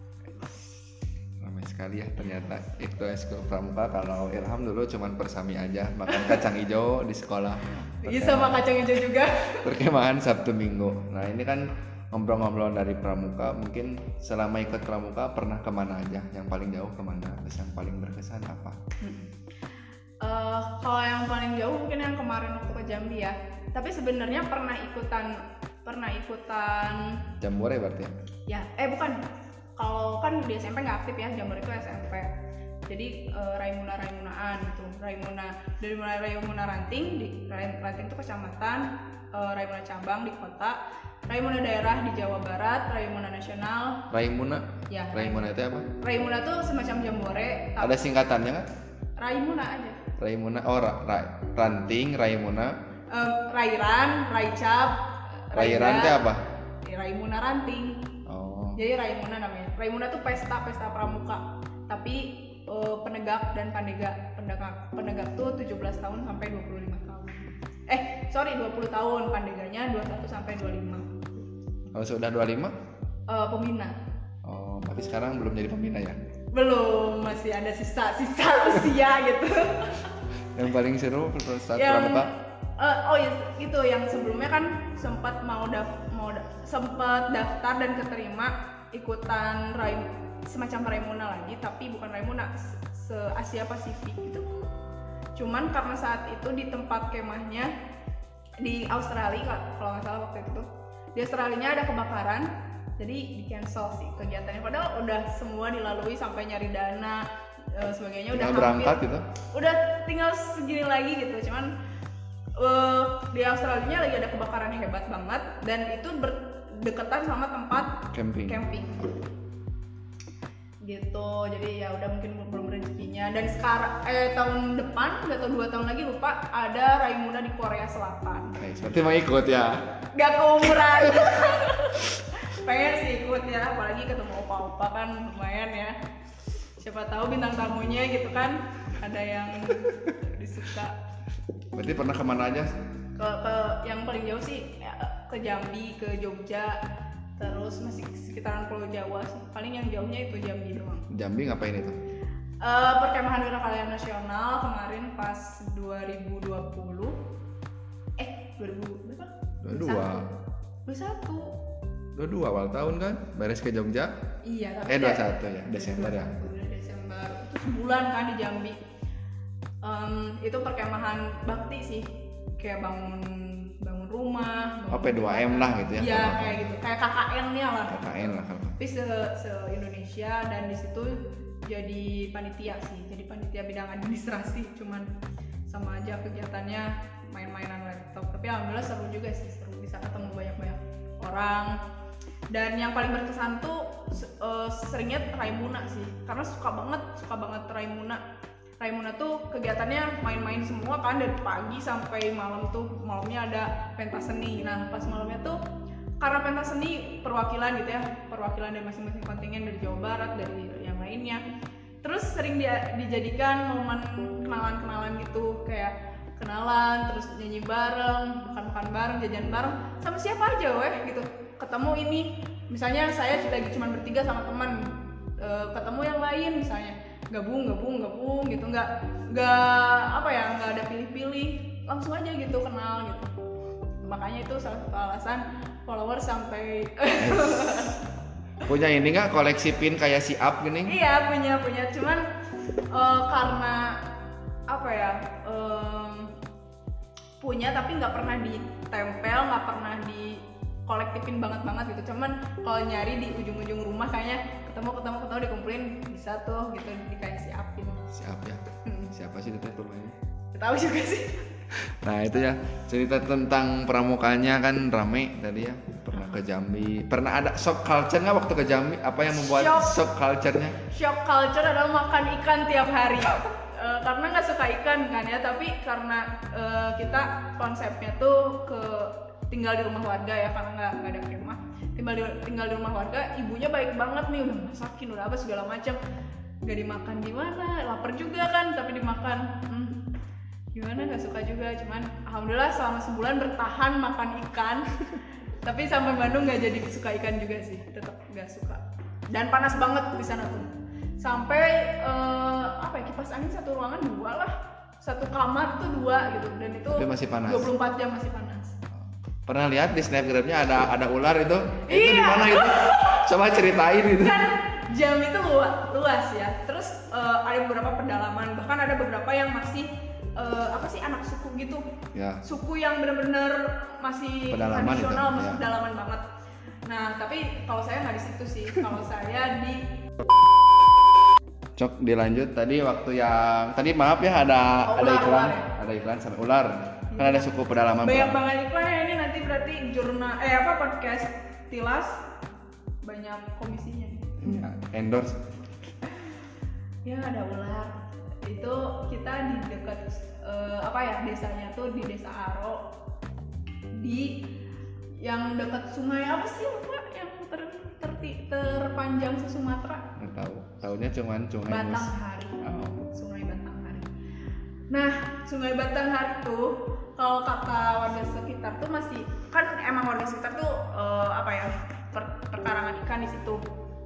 Ramai sekali ya ternyata itu ekskul pramuka. Kalau Ilham dulu cuman persami aja, makan kacang hijau di sekolah. Iya sama kacang hijau juga. Perkemahan Sabtu Minggu. Nah ini kan ngobrol-ngobrol dari pramuka, mungkin selama ikut pramuka pernah kemana aja? Yang paling jauh kemana? Terus yang paling berkesan apa? Hmm. Uh, kalau yang paling jauh mungkin yang kemarin waktu ke Jambi ya. Tapi sebenarnya pernah ikutan pernah ikutan Jambore berarti ya? Ya, eh bukan. Kalau kan di S M P nggak aktif ya, Jambore itu S M P. Jadi uh, Raimuna Raimunaan gitu. Raimuna dari mulai Raimuna Ranting di Ranting itu kecamatan, uh, Raimuna cabang di kota, Raimuna daerah di Jawa Barat, Raimuna nasional. Raimuna? Ya. Raimuna itu apa? Raimuna tuh semacam Jambore. Ada singkatannya kan? Raimuna aja. Raimuna, oh ra, ra, Ranting, Raimuna. Uh, Rairan, Raicap. Rairan itu apa? Raimuna Ranting. Oh. Jadi Raimuna namanya. Raimuna tuh pesta pesta pramuka. Tapi uh, penegak dan pandega. Penegak penegak tuh tujuh belas tahun sampai dua puluh lima tahun. Eh, sorry dua puluh tahun, pandeganya dua puluh satu sampai dua puluh lima. Kalau sudah dua puluh lima? Uh, pembina. Oh, tapi sekarang belum jadi pembina ya? Belum, masih ada sisa-sisa usia gitu. Yang paling seru saat yang, pramuka? Uh, oh iya, itu yang sebelumnya kan sempat mau daf, mau da, sempat daftar dan keterima ikutan Raim, semacam Raimuna lagi, tapi bukan Raimuna, se Asia Pasifik gitu. Cuman karena saat itu di tempat kemahnya di Australia kalau nggak salah waktu itu tuh, di Australia ada kebakaran, jadi di cancel sih kegiatannya. Padahal udah semua dilalui sampai nyari dana e, sebagainya, udah berangkat hampir, gitu. Udah tinggal segini lagi gitu. Cuman e, di Australia lagi ada kebakaran yang hebat banget dan itu berdekatan sama tempat camping. camping. Gitu, jadi ya udah mungkin belum rezekinya. Dan sekarang eh tahun depan nggak tahu dua tahun lagi lupa ada Raimuna di Korea Selatan. Eh, seperti mau ikut ya? Gak keumuran. Pengen sih ikut ya, apalagi ketemu opa-opa kan lumayan ya. Siapa tahu bintang tamunya gitu kan ada yang disuka. Berarti pernah kemana aja? Ke, ke yang paling jauh sih ya, ke Jambi, ke Jogja. Terus masih sekitaran Pulau Jawa sih. Paling yang jauhnya itu Jambi doang. Jambi ngapain itu? Uh, perkemahan Gerakan Kalian Nasional kemarin pas dua ribu dua puluh. Eh, dua ribu berapa? dua puluh dua. dua puluh satu. dua puluh dua awal tahun kan? Beres ke Jogja? Iya, tapi eh dua puluh satu ya, Desember ya. Desember. Itu sebulan kan di Jambi. Um, itu perkemahan bakti sih. Kayak bangun bangun rumah, bangun oh, P dua M lah gitu ya. Iya, kayak gitu. Kayak K K N-nya lah. K K N lah kalau. Tapi se, se Indonesia, dan di situ jadi panitia sih. Jadi panitia bidang administrasi, cuman sama aja kegiatannya main-mainan laptop. Tapi alhamdulillah seru juga sih, seru bisa ketemu banyak-banyak orang. Dan yang paling berkesan tuh uh, seringnya Raimuna sih. Karena suka banget, suka banget Raimuna. Raimuna tuh kegiatannya main-main semua kan dari pagi sampai malam tuh, malamnya ada pentas seni. Nah pas malamnya tuh karena pentas seni perwakilan gitu ya, perwakilan dari masing-masing kontingen dari Jawa Barat, dari yang lainnya, terus sering dia, dijadikan momen kenalan-kenalan gitu, kayak kenalan, terus nyanyi bareng, makan-makan bareng, jajan bareng, sama siapa aja weh gitu. Ketemu ini, misalnya saya lagi cuma bertiga sama teman, e, ketemu yang lain misalnya, gabung, gabung, gabung gitu, nggak, nggak apa ya, nggak ada pilih-pilih, langsung aja gitu kenal gitu. Makanya itu salah satu alasan follower sampai punya ini nggak koleksi pin kayak si Up gini? Iya punya punya, cuman uh, karena apa ya um, punya tapi nggak pernah ditempel, nggak pernah di kolektifin banget banget gitu. Cuman kalau nyari di ujung-ujung rumah kayaknya ketemu ketemu ketemu dikumpulin bisa tuh gitu, di kayak si Up gitu. Si Up ya. Hmm. Siapa sih itu rumahnya? Tahu juga sih. Nah itu ya cerita tentang pramukanya kan rame tadi ya, pernah ke Jambi, pernah ada shock culture nggak waktu ke Jambi? Apa yang membuat shock, shock culture-nya? Shock culture adalah makan ikan tiap hari. uh, karena nggak suka ikan kan ya, tapi karena uh, kita konsepnya tuh ke tinggal di rumah warga ya, karena nggak nggak ada rumah, tinggal di tinggal di rumah warga, ibunya baik banget nih, udah masakin udah apa segala macam, nggak dimakan gimana, lapar juga kan tapi dimakan. Hmm. Gimana nggak suka juga, cuman alhamdulillah selama sebulan bertahan makan ikan. Tapi sampai Bandung nggak jadi suka ikan juga sih, tetap nggak suka. Dan panas banget di sana tuh, sampai uh, apa ya, kipas angin satu ruangan dua lah, satu kamar tuh dua gitu, dan itu tapi masih panas. dua puluh empat jam masih panas. Pernah lihat di snapgramnya ada ada ular itu? Iya. Itu di mana itu? Coba ceritain itu. Kan Jambi itu luas, luas ya. Terus uh, ada beberapa pedalaman, bahkan ada beberapa yang masih Uh, apa sih anak suku gitu ya. Suku yang benar-benar masih pedalaman tradisional, itu, masih ya. pedalaman banget. Nah tapi kalau saya nggak di situ sih, kalau saya di Cok dilanjut tadi waktu yang tadi maaf ya ada oh, ada ular, iklan ular, ya? ada iklan sampai ular kan ada suku pedalaman banyak banget iklannya ini, nanti berarti jurnal eh apa podcast Tilas banyak komisinya ya, endorse ya. Ada ular itu, kita di dekat uh, apa ya desanya tuh di desa Aro, di yang dekat sungai apa sih lupa, yang ter, ter, terpanjang se Sumatera. nggak tahu, tahunya cuman sungai Batanghari. Oh. Sungai Batanghari. Nah sungai Batanghari tuh kalau kata warga sekitar tuh masih, kan emang warga sekitar tuh uh, apa ya per, perkarangan ikan di situ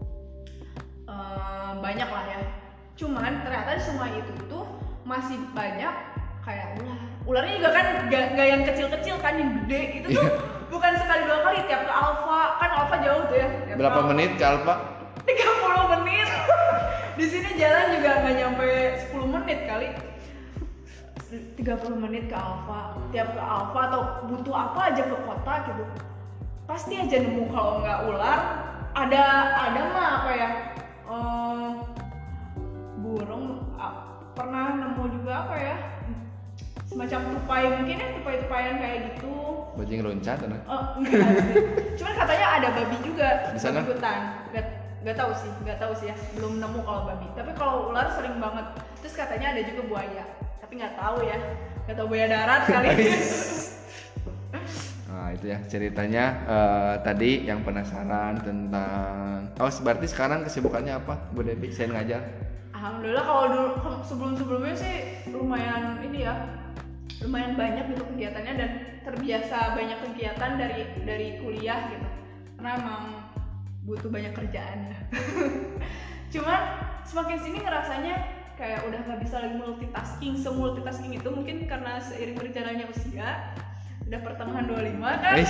uh, banyak lah ya. Cuman ternyata di sungai itu tuh masih banyak kayak ular. Ularnya juga kan gak, gak yang kecil-kecil kan, yang gede itu tuh bukan sekali dua kali, tiap ke Alfa, kan Alfa jauh tuh ya. Berapa menit ke Alfa? tiga puluh menit. Di sini jalan juga nggak nyampe sepuluh menit kali. tiga puluh menit ke Alfa, tiap ke Alfa atau butuh apa aja ke kota gitu, pasti aja nemu. Kalau nggak ular, ada ada mah apa ya? Um, burung, pernah nemu juga apa ya, semacam tupai mungkin ya, tupai-tupayan kayak gitu. Bajing loncat kan? Oh enggak sih. Cuman katanya ada babi juga di sana. Hutan. Gak, gak tahu sih, gak tahu sih ya, belum nemu kalau babi. Tapi kalau ular sering banget. Terus katanya ada juga buaya. Tapi nggak tahu ya, nggak tahu buaya darat kali. Nah itu ya ceritanya uh, tadi yang penasaran tentang. Oh berarti sekarang kesibukannya apa Bu Devi? Saya ngajar. Alhamdulillah kalau dulu sebelum-sebelumnya sih lumayan ini ya, lumayan banyak gitu kegiatannya, dan terbiasa banyak kegiatan dari dari kuliah gitu, karena emang butuh banyak kerjaan ya. Cuman semakin sini ngerasanya kayak udah nggak bisa lagi multitasking, semultitasking itu mungkin karena seiring berjalannya usia, udah pertengahan dua puluh lima kan.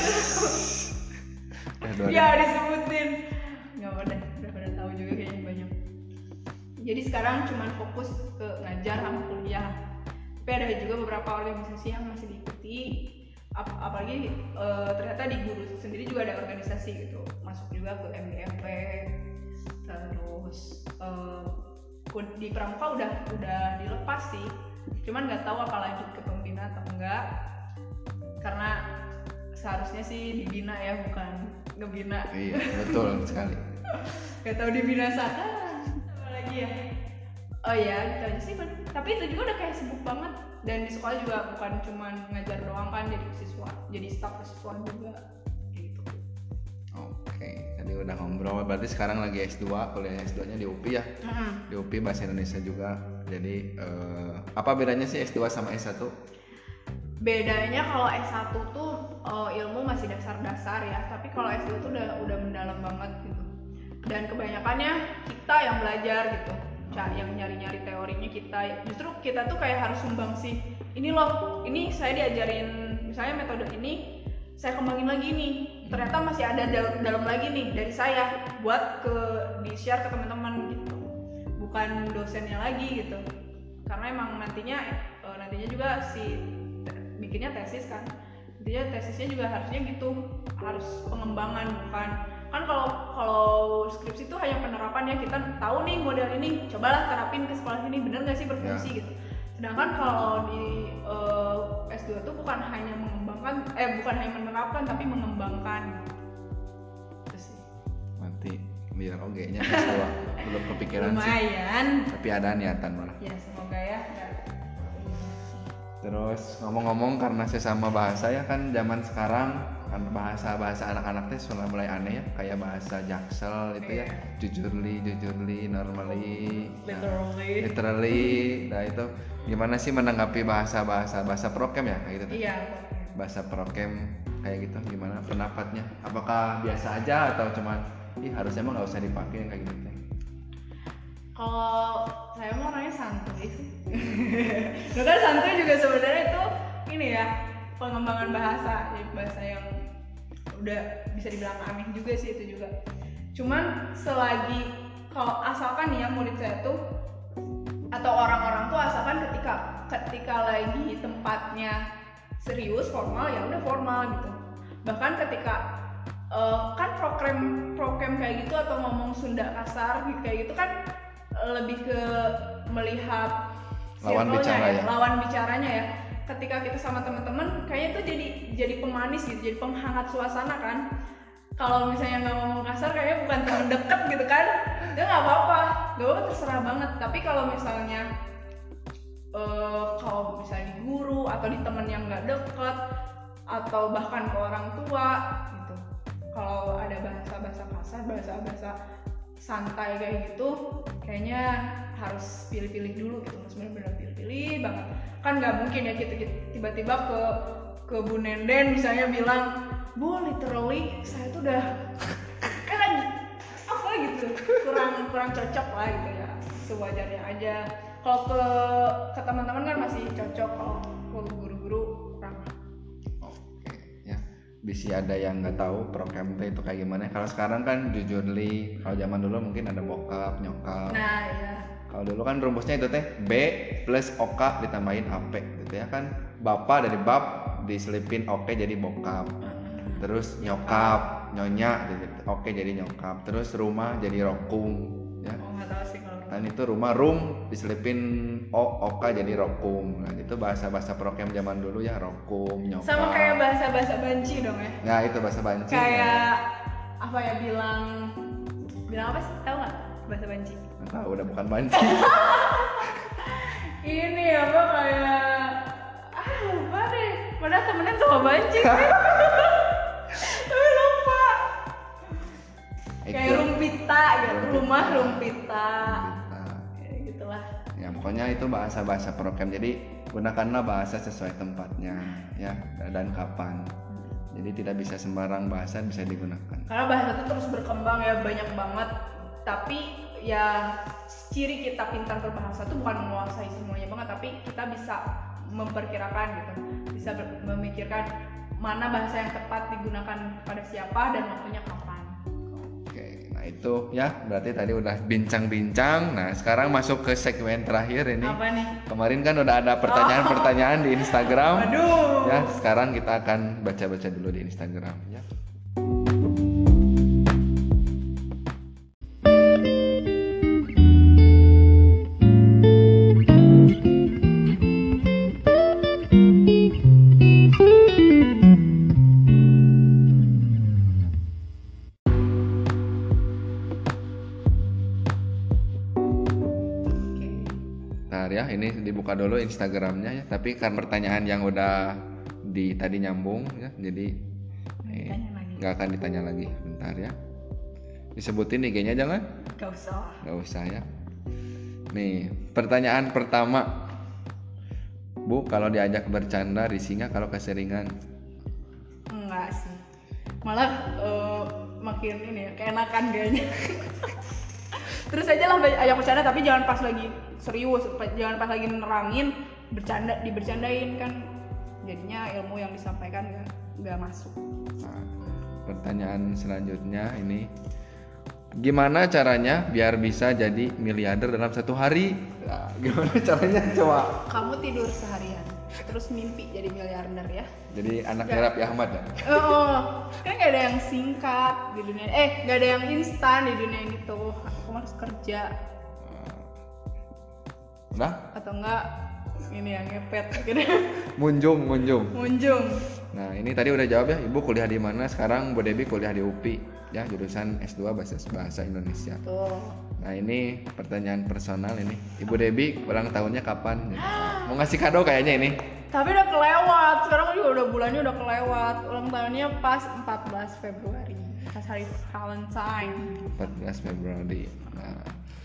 Ya disebutin, nggak apa deh, udah pada tahu juga kayaknya banyak. Jadi sekarang cuma fokus ke ngajar sama kuliah. Tapi ada juga beberapa organisasi yang masih diikuti. Ap- apalagi e, ternyata di Guru sendiri juga ada organisasi gitu. Masuk juga ke M D M P. Terus e, di Pramuka udah udah dilepas sih. Cuman nggak tahu apa lanjut ke pembina atau enggak. Karena seharusnya sih dibina ya, bukan ngebina. Iya betul sekali. Gak tahu dibina sana. Ya Oh ya, gitu aja sih. Ben. Tapi itu juga udah kayak sibuk banget. Dan di sekolah juga bukan cuma ngajar doang kan, jadi siswa, jadi staf siswa juga. Gitu. Oke, tadi udah ngobrol. Berarti sekarang lagi S dua, kuliah S dua-nya di U P I ya? Mm-hmm. Di U P I Bahasa Indonesia juga. Jadi eh, apa bedanya sih S dua sama S satu? Bedanya kalau S satu tuh uh, ilmu masih dasar-dasar ya, tapi kalau S dua tuh udah udah mendalam banget gitu. Dan kebanyakannya kita yang belajar gitu. Yang nyari-nyari teorinya kita. Justru kita tuh kayak harus sumbang sih. Ini loh, ini saya diajarin misalnya metode ini, saya kembangin lagi nih. Ternyata masih ada dal- dalam lagi nih dari saya buat ke di-share ke teman-teman gitu. Bukan dosennya lagi gitu. Karena emang nantinya uh, nantinya juga si bikinnya tesis kan, dia tesisnya juga harusnya gitu, harus pengembangan bukan kan. Kalau kalau skripsi itu hanya penerapan ya, kita tahu nih model ini, cobalah terapin ke sekolah ini, bener nggak sih berfungsi ya. Gitu. Sedangkan kalau di uh, S dua tuh bukan hanya mengembangkan, eh bukan hanya menerapkan tapi mengembangkan. Itu sih. Nanti biar oge-nya S dua belum kepikiran lumayan. sih. Lumayan. Tapi ada niatan malah. Ya semoga ya. Terus ngomong-ngomong karena sesama bahasa ya kan zaman sekarang kan bahasa-bahasa anak-anak teh sudah mulai aneh ya, kayak bahasa Jaksel itu yeah. ya, jujurly, jujurly, normally, literally, nah, literally, nah itu gimana sih menanggapi bahasa-bahasa bahasa prokem ya kayak gitu? Iya. Yeah. Bahasa prokem kayak gitu gimana pendapatnya? Apakah biasa aja atau cuman, ih harusnya emang nggak usah dipakai kayak gitu? Kalau saya mah orangnya santuy sih. Nah kan santuy juga sebenarnya itu ini ya, pengembangan bahasa, ya bahasa yang udah bisa dibilang aneh juga sih itu juga. Cuman selagi kalau asalkan nih ya murid saya tuh atau orang-orang tuh asalkan ketika ketika lagi tempatnya serius formal ya udah formal gitu. Bahkan ketika uh, kan program program kayak gitu atau ngomong Sunda kasar gitu kayak gitu kan lebih ke melihat lawan bicara ya, lawan bicaranya ya. Ketika kita sama teman-teman kayaknya tuh jadi jadi pemanis gitu, jadi penghangat suasana kan. Kalau misalnya nggak ngomong kasar kayaknya bukan teman deket gitu kan, ya nggak apa-apa, nggak apa-apa terserah banget. Tapi kalau misalnya uh, kalau misalnya di guru atau di teman yang nggak deket atau bahkan ke orang tua gitu, kalau ada bahasa-bahasa kasar, bahasa-bahasa santai kayak gitu, kayaknya harus pilih-pilih dulu gitu, harus benar-benar pilih-pilih banget. Kan nggak mungkin ya kita, kita tiba-tiba ke ke Bu Nenden misalnya bilang, Bu literally saya tuh udah kan apa gitu, kurang kurang cocok lah gitu ya, sewajarnya aja. Kalau ke ke teman-teman kan masih cocok, kalau ke guru-guru kurang. Bisa ada yang nggak tahu program itu kayak gimana. Kalau sekarang kan jujurly, kalau zaman dulu mungkin ada bokap, nyokap. Nah iya. Kalau dulu kan rumusnya itu teh B plus OK ditambahin A P gitu ya kan. Bapak dari bab diselipin OK jadi bokap. Terus nyokap, nyonya gitu. Oke jadi nyokap. Terus rumah jadi rokum ya. Oh nggak tahu sih kalau. Dan itu rumah room diselipin O OK jadi rokum. Nah itu bahasa-bahasa program zaman dulu ya, rokum, nyokap. Sama kayak bahasa-bahasa banci dong ya. Nah itu bahasa banci. Kayak ya. Apa ya bilang bilang apa sih? Tahu nggak bahasa banci? Nggak tahu, udah bukan banci. Ini apa kayak ah lupa deh. Padahal temenan sama banci sih. Tapi lupa. Kayak rumpita gitu, rumah rumpita. Ya gitulah. Ya pokoknya itu bahasa-bahasa program. Jadi gunakanlah bahasa sesuai tempatnya ya dan kapan. Jadi tidak bisa sembarang bahasa bisa digunakan. Karena bahasa itu terus berkembang ya, banyak banget. Tapi ya ciri kita pintar berbahasa itu bukan menguasai semuanya banget, tapi kita bisa memperkirakan gitu, bisa ber- memikirkan mana bahasa yang tepat digunakan pada siapa dan waktunya kapan. Oke, nah itu ya berarti tadi udah bincang-bincang. Nah sekarang masuk ke segmen terakhir ini. Apa nih? Kemarin kan udah ada pertanyaan-pertanyaan di Instagram. Waduh. Ya sekarang kita akan baca-baca dulu di Instagram ya. bentar ya, ini dibuka dulu Instagramnya ya. Tapi kan pertanyaan yang udah di tadi nyambung ya, jadi eh, nggak akan ditanya lagi. Bentar ya, disebutin I G-nya jangan? Gak usah. Gak usah ya. Nih pertanyaan pertama, Bu, kalau diajak bercanda risih nggak kalau keseringan? Enggak sih, malah uh, makin ini ya keenakan kayaknya. Terus aja lah ajak bercanda, tapi jangan pas lagi serius, jangan pas lagi nerangin bercanda dibercandain kan, jadinya ilmu yang disampaikan nggak nggak masuk. Nah, pertanyaan selanjutnya ini, gimana caranya biar bisa jadi miliarder dalam satu hari? Nah, gimana caranya coba? Kamu tidur seharian, terus mimpi jadi miliarder ya? Jadi anaknya Raffi Ahmad ya? Oh, oh. Kan nggak ada yang singkat di dunia, eh nggak ada yang instan di dunia gitu. Kamu harus kerja. Udah? Atau enggak ini yang ngepet gitu. Munjung, munjung. Munjung. Nah ini tadi udah jawab ya, Ibu kuliah di mana? Sekarang Bu Debi kuliah di U P I ya, jurusan S dua bahasa bahasa Indonesia. Tuh. Nah ini pertanyaan personal ini, Ibu Debi ulang tahunnya kapan? Mau ngasih kado kayaknya ini. Tapi udah kelewat, sekarang juga udah bulannya udah kelewat. Ulang tahunnya pas empat belas Februari, pas hari Valentine. empat belas Februari. Nah,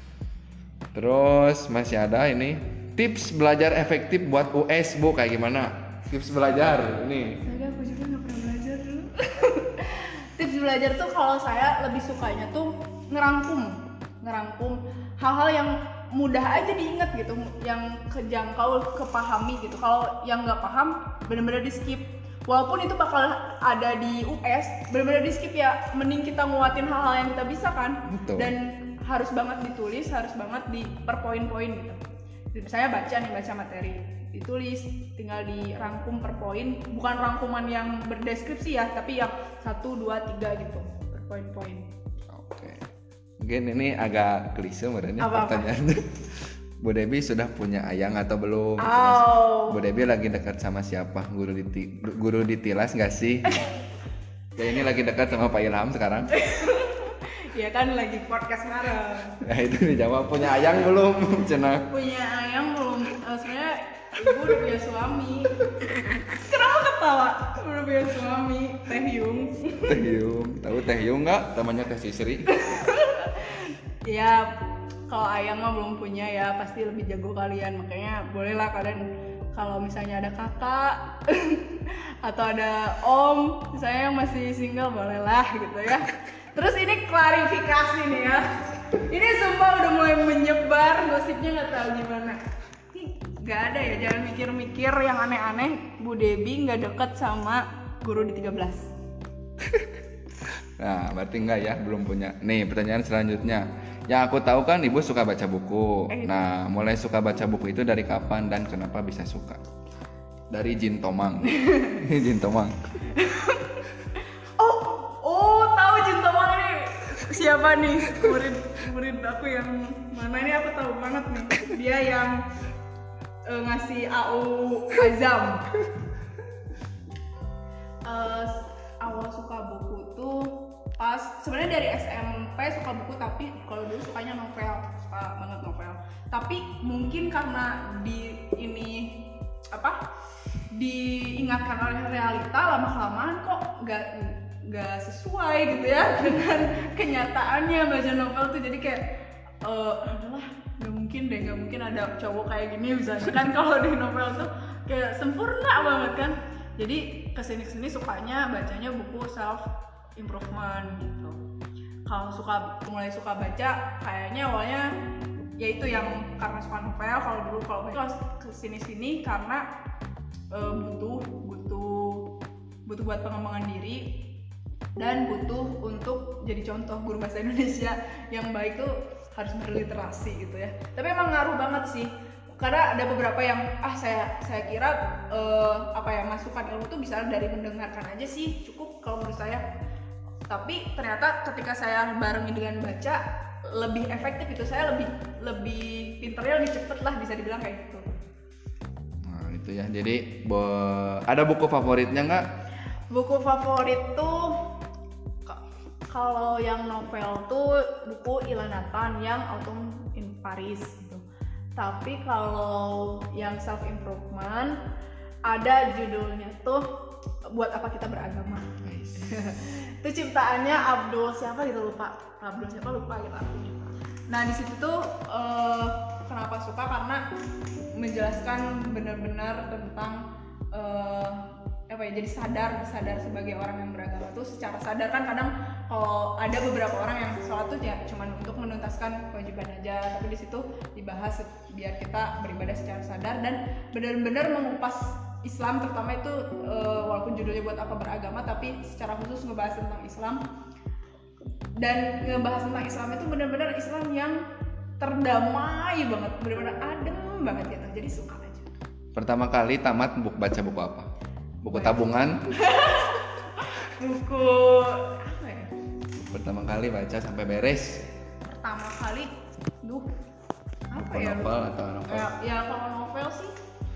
terus masih ada ini tips belajar efektif buat U S, Bu, kayak gimana? Tips belajar ini. Tadi aku juga nggak pernah belajar dulu. Tips belajar tuh kalau saya lebih sukanya tuh ngerangkum, ngerangkum hal-hal yang mudah aja diingat gitu, yang kejangkau, kepahami gitu. Kalau yang nggak paham, benar-benar di skip. Walaupun itu bakal ada di U S, benar-benar di skip ya. Mending kita nguatin hal-hal yang kita bisa kan. Betul. Dan harus banget ditulis, harus banget di per poin-poin gitu. Saya baca nih, baca materi, ditulis, tinggal dirangkum per poin. Bukan rangkuman yang berdeskripsi ya, tapi yang satu, dua, tiga gitu, per poin-poin. Oke. Mungkin ini agak klise sebenarnya pertanyaannya. Bu Debi sudah punya ayang atau belum? Oh. Bu Debi lagi dekat sama siapa? Guru di guru di Tilas nggak sih? Ya ini lagi dekat sama Pak Ilham sekarang. Iya kan lagi podcast bareng. Nah itu dijawab, punya ayang belum? Cina. Punya ayang belum? Uh, sebenarnya ibu udah punya suami. Kenapa ketawa? Udah punya suami, Teh Yung. Teh Yung, tahu Teh Yung nggak? Temannya Teh Sisri. Ya kalau ayang mah belum punya ya, pasti lebih jago kalian, makanya bolehlah kalian kalau misalnya ada kakak atau ada om saya yang masih single, bolehlah gitu ya. Terus ini klarifikasi nih ya, ini sumpah udah mulai menyebar gosipnya, nggak tahu gimana. Ini nggak ada ya, jangan mikir-mikir yang aneh-aneh. Bu Debi nggak deket sama guru di tiga belas. Nah berarti enggak ya, belum punya. Nih pertanyaan selanjutnya, yang aku tahu kan Ibu suka baca buku. Nah mulai suka baca buku itu dari kapan dan kenapa bisa suka? Dari Jin Tomang. Jin Tomang. Oh, oh tahu Jin Tomang ini siapa nih? Murid murid aku yang mana ini, aku tahu banget nih. Dia yang uh, ngasih A U Azam. Uh, awal suka buku tuh pas sebenarnya dari S M P suka buku, tapi kalau dulu sukanya novel, suka banget novel. Tapi mungkin karena di ini apa diingatkan oleh realita, lama-kelamaan kok nggak nggak sesuai gitu ya dengan kenyataannya baca novel tuh. Jadi kayak uh, adalah nggak mungkin deh, nggak mungkin ada cowok kayak gini misalnya kan. Kalau di novel tuh kayak sempurna banget kan. Jadi kesini-kesini sukanya bacanya buku self improvement gitu. Kalau suka mulai suka baca kayaknya awalnya yaitu yang karena suka novel. Kalau dulu kalau baca kesini-sini karena e, butuh butuh butuh buat pengembangan diri dan butuh untuk jadi contoh guru bahasa Indonesia yang baik tuh harus berliterasi gitu ya. Tapi emang ngaruh banget sih. Karena ada beberapa yang ah saya saya kira uh, apa ya masukan ilmu tuh bisa dari mendengarkan aja sih cukup kalau menurut saya. Tapi ternyata ketika saya barengin dengan baca lebih efektif itu, saya lebih lebih pinternya lebih cepet lah bisa dibilang kayak gitu. Nah itu ya. Jadi bo- ada buku favoritnya nggak? Buku favorit tuh kalau yang novel tuh buku Ilan Nathan yang Autumn in Paris gitu. Tapi kalau yang self improvement ada judulnya tuh buat apa kita beragama. Nice. Itu ciptaannya Abdul siapa gitu lupa. Abdul siapa lupa gitu. Nah di situ tuh uh, kenapa suka karena menjelaskan benar-benar tentang uh, apa ya, jadi sadar sadar sebagai orang yang beragama tuh secara sadar. Kan kadang kalau ada beberapa orang yang sholat tuh ya cuman untuk menuntaskan kewajiban aja, tapi di situ dibahas biar kita beribadah secara sadar dan benar-benar mengupas Islam, terutama itu uh, walaupun judulnya buat apa beragama, tapi secara khusus ngebahas tentang Islam. Dan ngebahas tentang Islam itu benar-benar Islam yang terdamai banget, benar-benar adem banget gitu, jadi suka aja. Pertama kali tamat buku, baca buku apa? Buku tabungan? Buku apa ya? Pertama kali baca sampai beres? Pertama kali, duh apa buku ya? Novel atau novel? Ya, ya kalau novel sih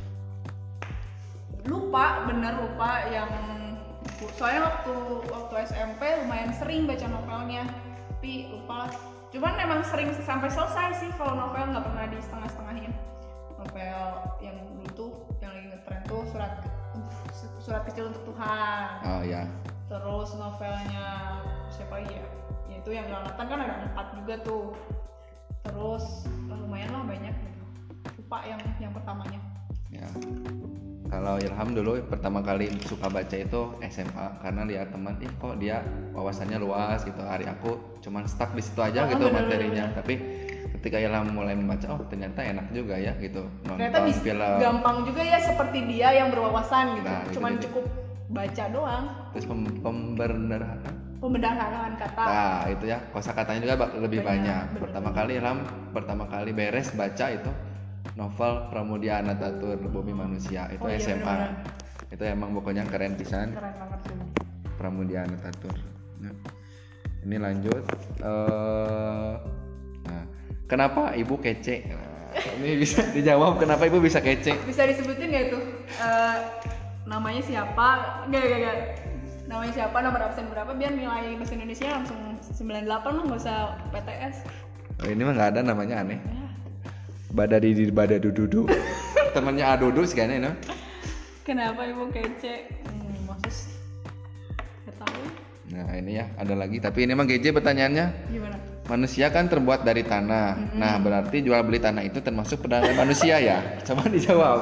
lupa, bener lupa yang soalnya waktu waktu S M P lumayan sering baca novelnya, tapi lupa lah. Cuman emang sering sampai selesai sih kalau novel, nggak pernah di setengah-setengahin. Novel yang dulu tuh yang lagi ngetren tuh surat surat kecil untuk Tuhan. Oh ya. Terus novelnya siapa lagi ya? Yaitu yang Jonathan kan ada empat juga tuh. Terus lumayan lah banyak gitu. Lupa yang yang pertamanya. Ya. Kalau Ilham dulu pertama kali suka baca itu S M A karena lihat teman, ih kok dia wawasannya luas gitu. Hari aku cuman stuck di situ aja oh, gitu bener, materinya. bener. Tapi ketika Ilham mulai membaca, oh ternyata enak juga ya gitu. Ternyata Nonton bisa, film. gampang juga ya seperti dia yang berwawasan gitu. Nah, cuman jadi. cukup baca doang. Terus pem- pembenaran. Pembedahan kata. Nah itu ya, kosakatanya juga bak- lebih Banyak, banyak. bener. Pertama kali Ilham pertama kali beres baca itu novel Pramudia Anantatur Bumi Manusia itu Oh, iya, S M A. bener-bener. Itu emang bukunya keren pisan. Keren banget tuh. Pramudia Anantatur. Nah, ini lanjut. Uh, nah, kenapa ibu kece? Nah, ini bisa dijawab kenapa ibu bisa kece? Bisa disebutin nggak tuh uh, namanya siapa? Gak gak gak. Namanya siapa, nomor absen berapa, biar nilai bahasa Indonesia langsung sembilan puluh delapan lah, nggak usah P T S. Oh, ini mah nggak ada namanya aneh. Ya. Badadidi badadududu. Temannya Adudu sekarang ini. Kenapa ibu kece? Hmm, maksud nggak tahu. Nah ini ya ada lagi, tapi ini mah G J pertanyaannya. Gimana? Manusia kan terbuat dari tanah. Mm-hmm. Nah berarti jual beli tanah itu termasuk perdagangan manusia ya? Coba dijawab.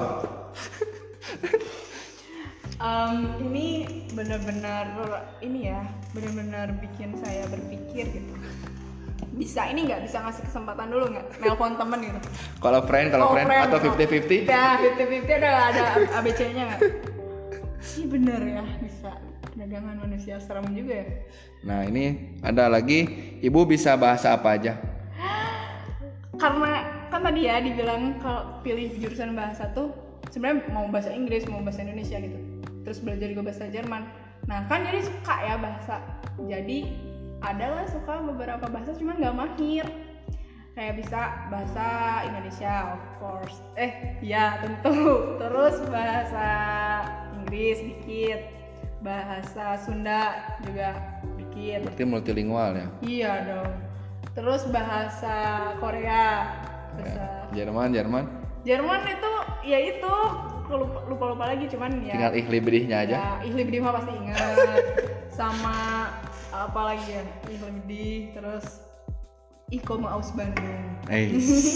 um, ini benar-benar ini ya, benar-benar bikin saya berpikir gitu. Bisa ini nggak bisa ngasih kesempatan dulu nggak? Nelpon temen gitu. Kalau friend, kalau oh, friend, friend atau fifty fifty? Ya fifty fifty ada ada A B C-nya nggak? Ini bener ya, bisa. Perdagangan manusia serem juga ya. Nah ini ada lagi, ibu bisa bahasa apa aja? Karena kan tadi ya dibilang kalau pilih jurusan bahasa tuh sebenarnya mau bahasa Inggris mau bahasa Indonesia gitu. Terus belajar juga bahasa Jerman. Nah kan jadi suka ya bahasa. Jadi adalah suka beberapa bahasa cuman nggak mahir. Kayak bisa bahasa Indonesia of course. Eh ya tentu. Terus bahasa Inggris dikit. Bahasa Sunda juga dikit. Berarti multilingual ya? Iya dong. Terus bahasa Korea, bahasa Jerman, Jerman. Jerman itu ya itu lupa lupa, lupa lagi cuman ya. Tinggal ihlibidihnya aja. Ya, ihlibidih mah pasti ingat. Sama apa lagi ya? Ihlibidih terus Iko Aus Bandung. Eh.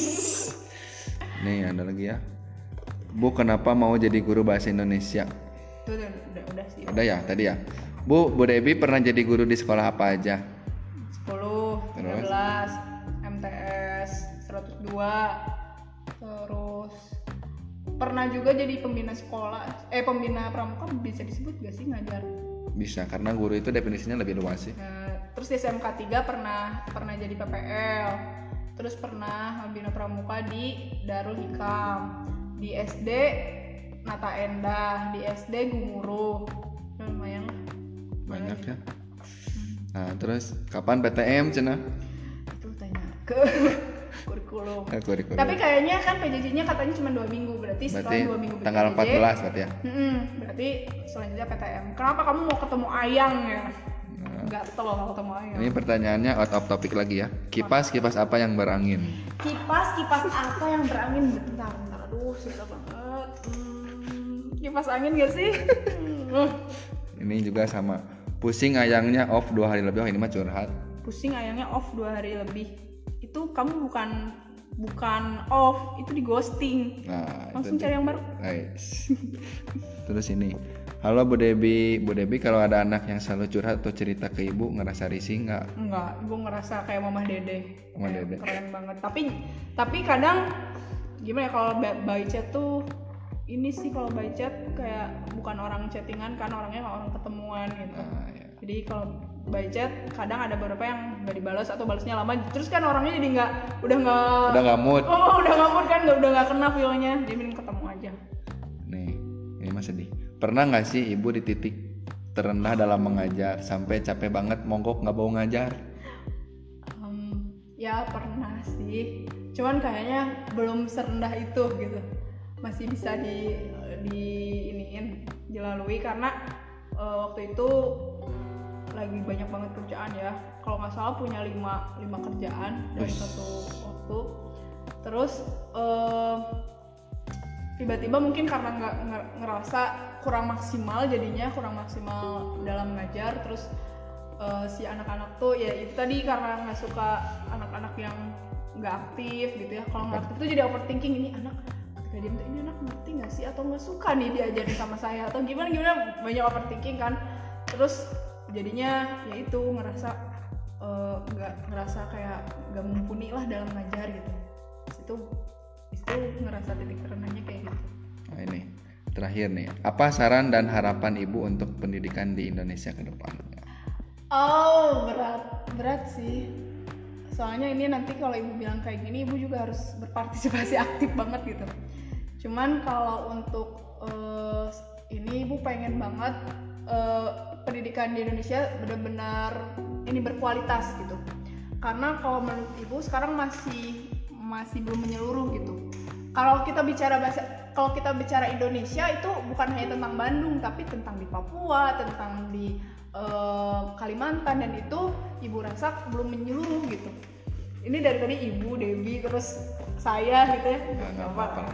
Nih ada lagi ya. Bu kenapa mau jadi guru bahasa Indonesia? Itu udah, udah, udah sih. Ada ya tadi ya. Bu, Bu Debbie pernah jadi guru di sekolah apa aja? sepuluh, tiga belas, M T S seratus dua, terus pernah juga jadi pembina sekolah, eh pembina pramuka bisa disebut gak sih ngajar? Bisa, karena guru itu definisinya lebih luas sih. Nah, terus di S M K tiga pernah pernah jadi P P L, terus pernah membina pramuka di Darul Hikam, di S D Nata Endah, di S D Gumuruh, nah, lumayan lah. Banyak ya. Nah terus kapan P T M Cina? Itu tanya ke kurikulum. Eh, kurikulum. Tapi kayaknya kan P J J-nya katanya cuma dua minggu, berarti setelah Berarti dua minggu P J J, tanggal empat belas berarti ya? hmm, berarti selanjutnya P T M. Kenapa kamu mau ketemu Ayang ya? Nah, gatel kalau ketemu ayam. Ini pertanyaannya out of topic lagi ya. Kipas kipas apa yang berangin? Kipas kipas apa yang berangin? Bentar, bentar. Aduh, susah banget. Hmm, kipas angin gak sih? Ini juga sama. Pusing ayangnya off dua hari lebih. Oh, ini mah curhat. Pusing ayangnya off dua hari lebih. Itu kamu bukan bukan off, itu di ghosting. Nah, langsung cari yang baru. Nice. Terus ini. Halo Bu Debi, Bu Debi kalau ada anak yang selalu curhat atau cerita ke ibu ngerasa risih nggak? Enggak, ibu ngerasa kayak mamah dede. Mamah Kayak dede. Keren banget. Tapi tapi kadang gimana ya kalau by chat tuh ini sih kalau by chat kayak bukan orang chattingan kan, orangnya orang ketemuan gitu. Ah, ya. Jadi kalau by chat kadang ada beberapa yang nggak dibalas atau balasnya lama, terus kan orangnya jadi nggak udah nggak Udah nggak mood. Oh udah nggak mood kan, udah nggak kena feelnya, jadi mending ketemu aja. Nih, ini mah sedih. Pernah nggak sih ibu di titik terendah dalam mengajar sampai capek banget monggok nggak mau ngajar? Um, ya pernah sih, cuman kayaknya belum serendah itu gitu, masih bisa di di iniin dilalui karena uh, waktu itu lagi banyak banget kerjaan ya. Kalau nggak salah punya lima lima kerjaan dari satu waktu. Terus uh, tiba-tiba mungkin karena nggak ngerasa kurang maksimal, jadinya kurang maksimal dalam ngajar. Terus uh, si anak-anak tuh ya itu tadi karena nggak suka anak-anak yang nggak aktif gitu ya. Kalau nggak aktif tuh jadi overthinking, ini anak ketika dia tuh ini anak ngerti nggak sih atau nggak suka nih diajarin sama saya atau gimana gimana, banyak overthinking kan. Terus jadinya ya itu ngerasa nggak uh, ngerasa kayak nggak mumpuni lah dalam ngajar gitu. Itu itu ngerasa titik terendahnya kayak gitu. Nah, ini terakhir nih, apa saran dan harapan ibu untuk pendidikan di Indonesia ke depan? Oh berat berat sih. Soalnya ini nanti kalau ibu bilang kayak gini, ibu juga harus berpartisipasi aktif banget gitu. Cuman kalau untuk uh, ini ibu pengen banget uh, pendidikan di Indonesia benar-benar ini berkualitas gitu. Karena kalau menurut ibu sekarang masih masih belum menyeluruh gitu. Kalau kita bicara bahasa, kalau kita bicara Indonesia itu bukan hanya tentang Bandung, tapi tentang di Papua, tentang di uh, Kalimantan, dan itu ibu rasa belum menyeluruh gitu. Ini dari tadi ibu, Dewi, terus saya gitu ya. Nggak apa-apa.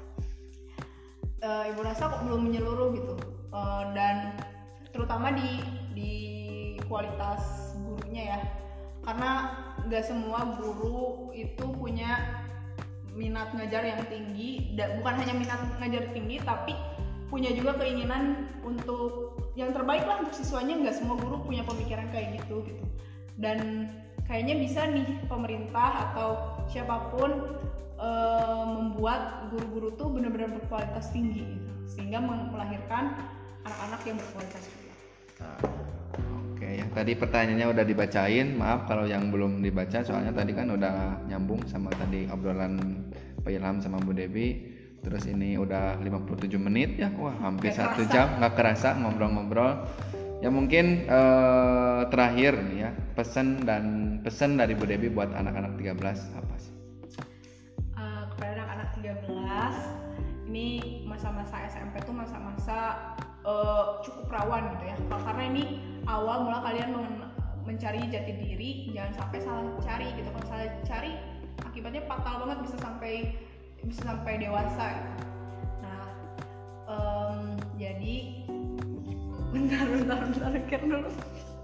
Uh, ibu rasa kok belum menyeluruh gitu, uh, dan terutama di di kualitas gurunya ya. Karena nggak semua guru itu punya minat ngajar yang tinggi, dan bukan hanya minat ngajar tinggi tapi punya juga keinginan untuk yang terbaik lah untuk siswanya. Nggak semua guru punya pemikiran kayak gitu gitu. Dan kayaknya bisa nih pemerintah atau siapapun e, membuat guru-guru tuh benar-benar berkualitas tinggi gitu, sehingga melahirkan anak-anak yang berkualitas juga. Nah, oke ya, tadi pertanyaannya udah dibacain. Maaf kalau yang belum dibaca, soalnya tadi kan udah nyambung sama tadi obrolan Pak Ilham sama Bu Debi. Terus ini udah lima puluh tujuh menit ya, wah hampir Gak satu kerasa. jam nggak kerasa ngobrol-ngobrol. Ya mungkin eh, terakhir nih ya, pesan dan pesan dari Bu Debi buat anak-anak tiga belas apa sih? Uh, kepada anak-anak tiga belas, ini masa-masa S M P tuh masa-masa uh, cukup rawan gitu ya. Karena ini awal mula kalian men- mencari jati diri, jangan sampai salah cari gitu. Kalau salah cari, akibatnya fatal banget, bisa sampai bisa sampai dewasa. Nah, um, jadi bentar bentar bentar mikir dulu.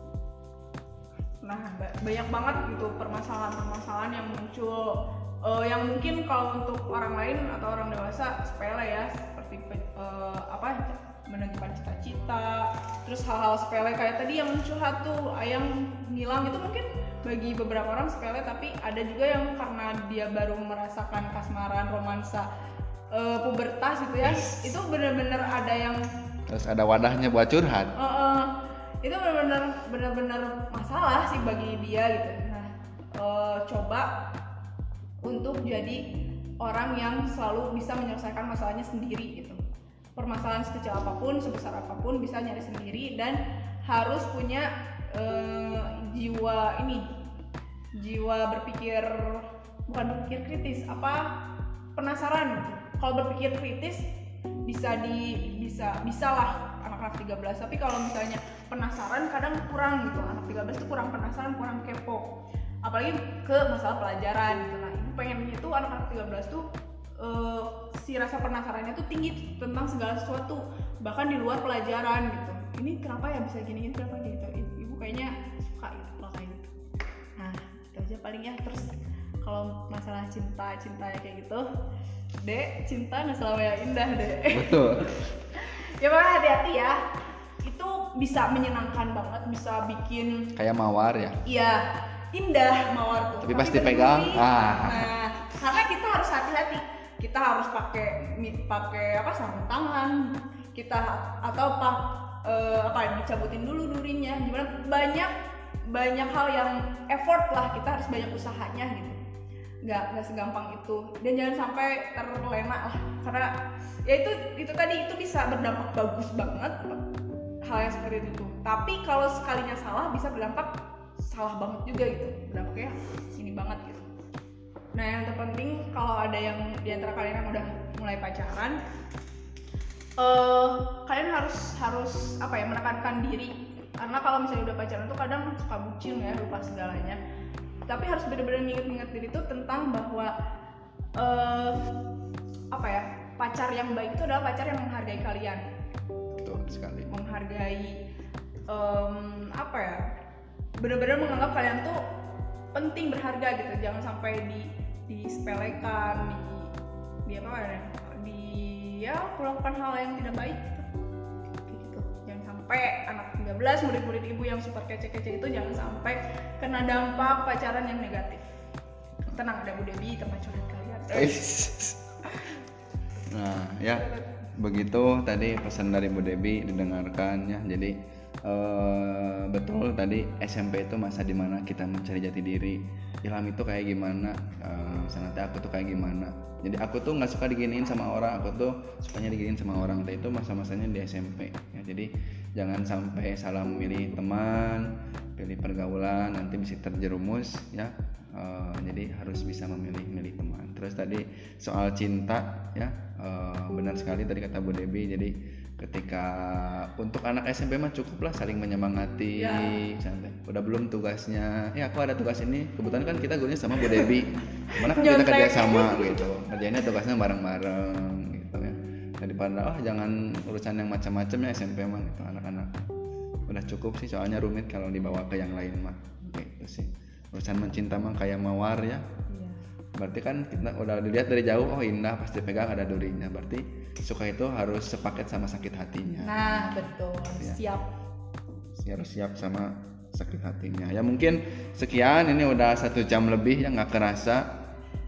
Nah, ba- banyak banget gitu permasalahan-permasalahan yang muncul, uh, yang mungkin kalau untuk orang lain atau orang dewasa sepele ya, seperti uh, apa menentukan cita-cita, terus hal-hal sepele kayak tadi yang curhat tuh ayam ngilang, itu mungkin bagi beberapa orang sepele, tapi ada juga yang karena dia baru merasakan kasmaran, romansa, uh, pubertas gitu ya, itu benar-benar ada yang Terus ada wadahnya buat curhat. uh, uh, itu benar-benar benar-benar masalah sih bagi dia gitu. Nah, uh, coba untuk jadi orang yang selalu bisa menyelesaikan masalahnya sendiri gitu. Permasalahan sekecil apapun, sebesar apapun bisa nyari sendiri, dan harus punya uh, jiwa ini, jiwa berpikir, bukan berpikir kritis, apa penasaran gitu. Kalau berpikir kritis bisa di bisa bisalah anak-anak tiga belas, tapi kalau misalnya penasaran kadang kurang gitu. Anak tiga belas tuh kurang penasaran, kurang kepo. Apalagi ke masalah pelajaran gitu. Nah, ibu pengennya tuh anak-anak tiga belas tuh uh, si rasa penasarannya tuh tinggi tentang segala sesuatu, bahkan di luar pelajaran gitu. Ini kenapa ya bisa gini, ini kenapa gitu. Ibu kayaknya suka gitu loh kayak gitu. Nah, itu aja paling ya. Terus kalau masalah cinta-cinta kayak gitu, Dek, cinta nggak selamanya indah, Dek. Betul. Ya makanya hati-hati ya. Itu bisa menyenangkan banget, bisa bikin Kayak mawar ya. iya, indah mawar tuh. Tapi pas dipegang, berduri. ah. Nah, karena kita harus hati-hati. Kita harus pakai pakai apa sarung tangan. Kita atau pak eh, apa dicabutin dulu durinya. Gimana banyak banyak hal yang effort lah, kita harus banyak usahanya gitu. Nggak nggak segampang itu, dan jangan sampai terlena lah, karena ya itu itu tadi itu bisa berdampak bagus banget hal yang seperti itu tuh. Tapi kalau sekalinya salah bisa berdampak salah banget juga gitu, berdampaknya ini banget gitu. Nah, yang terpenting kalau ada yang diantara kalian yang udah mulai pacaran, uh, kalian harus harus apa ya menekankan diri, karena kalau misalnya udah pacaran tuh kadang suka bucin ya, lupa segalanya. Tapi harus benar-benar ingat-ingat diri tuh tentang bahwa uh, apa ya, pacar yang baik itu adalah pacar yang menghargai kalian. Betul sekali. Menghargai um, apa ya, benar-benar menganggap kalian tuh penting, berharga gitu. Jangan sampai di disepelekan, di di apa ya, di ya melakukan hal yang tidak baik gitu. Kayak gitu. Jangan sampai anak tiga belas, murid-murid ibu yang super kece-kece itu jangan sampai kena dampak pacaran yang negatif. Tenang, ada Bu Debi, tempat curhat kalian. Nah, ya begitu tadi pesan dari Bu Debi didengarkan ya. Jadi eh, betul tadi S M P itu masa dimana kita mencari jati diri. Ilham itu kayak gimana, eh, sanatnya aku tuh kayak gimana. Jadi aku tuh nggak suka diginiin sama orang, aku tuh sukanya diginiin sama orang. Nah, itu masa-masanya di S M P ya. Jadi jangan sampai salah memilih teman, pilih pergaulan, nanti bisa terjerumus ya. Uh, jadi harus bisa memilih-milih teman. Terus tadi soal cinta ya, uh, benar sekali tadi kata Bu Debi. Jadi ketika untuk anak S M P mah cukuplah saling menyemangati, ya. Santai. Udah belum tugasnya, ya aku ada tugas ini. Kebetulan kan kita gurunya sama Bu Debi. Mana kan kita kerja sama gitu. Kerjanya tugasnya bareng-bareng gitu ya. Daripada oh jangan urusan yang macam-macam ya S M P mah gitu anak-anak. Udah cukup sih, soalnya rumit kalau dibawa ke yang lain mah. Gitu sih. Urusan mencinta mah kayak mawar ya. Iya. Berarti kan kita udah dilihat dari jauh, oh indah, pasti pegang ada durinya. Berarti suka itu harus sepaket sama sakit hatinya. Nah betul, ya. Siap. Harus siap sama sakit hatinya. Ya mungkin sekian, ini udah satu jam lebih ya nggak kerasa.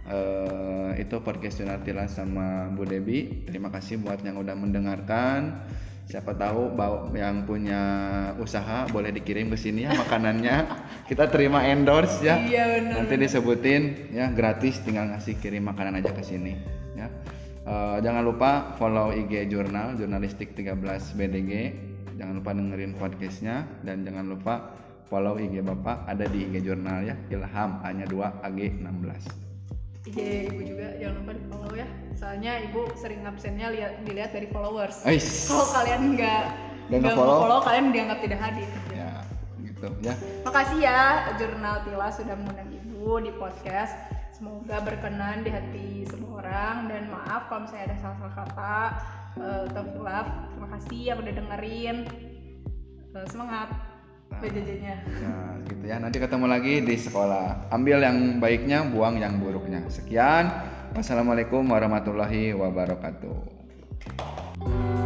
Uh, itu podcast Jurnal Tilas sama Bu Debi. Terima kasih buat yang udah mendengarkan. Siapa tahu yang punya usaha boleh dikirim ke sini ya makanannya. Kita terima endorse ya. Iya, benar. Nanti disebutin ya gratis, tinggal ngasih kirim makanan aja ke sini ya. Uh, jangan lupa follow I G Jurnal Jurnalistik tiga belas B D G. Jangan lupa dengerin podcastnya dan jangan lupa follow I G Bapak ada di I G Jurnal ya. Ilham hanya dua A G enam belas. I G ibu juga jangan lupa di follow ya, soalnya ibu sering absennya lihat dilihat dari followers. Kalau kalian nggak nggak follow, follow kalian dianggap tidak hadir ya gitu ya. Makasih ya Jurnal Tilas sudah mengundang ibu di podcast, semoga berkenan di hati semua orang, dan maaf kalau misalnya ada salah-salah kata atau uh, hilaf. Terima kasih yang udah dengerin, uh, semangat B J J-nya. Nah, gitu ya. Nanti ketemu lagi di sekolah. Ambil yang baiknya, buang yang buruknya. Sekian. Wassalamualaikum warahmatullahi wabarakatuh.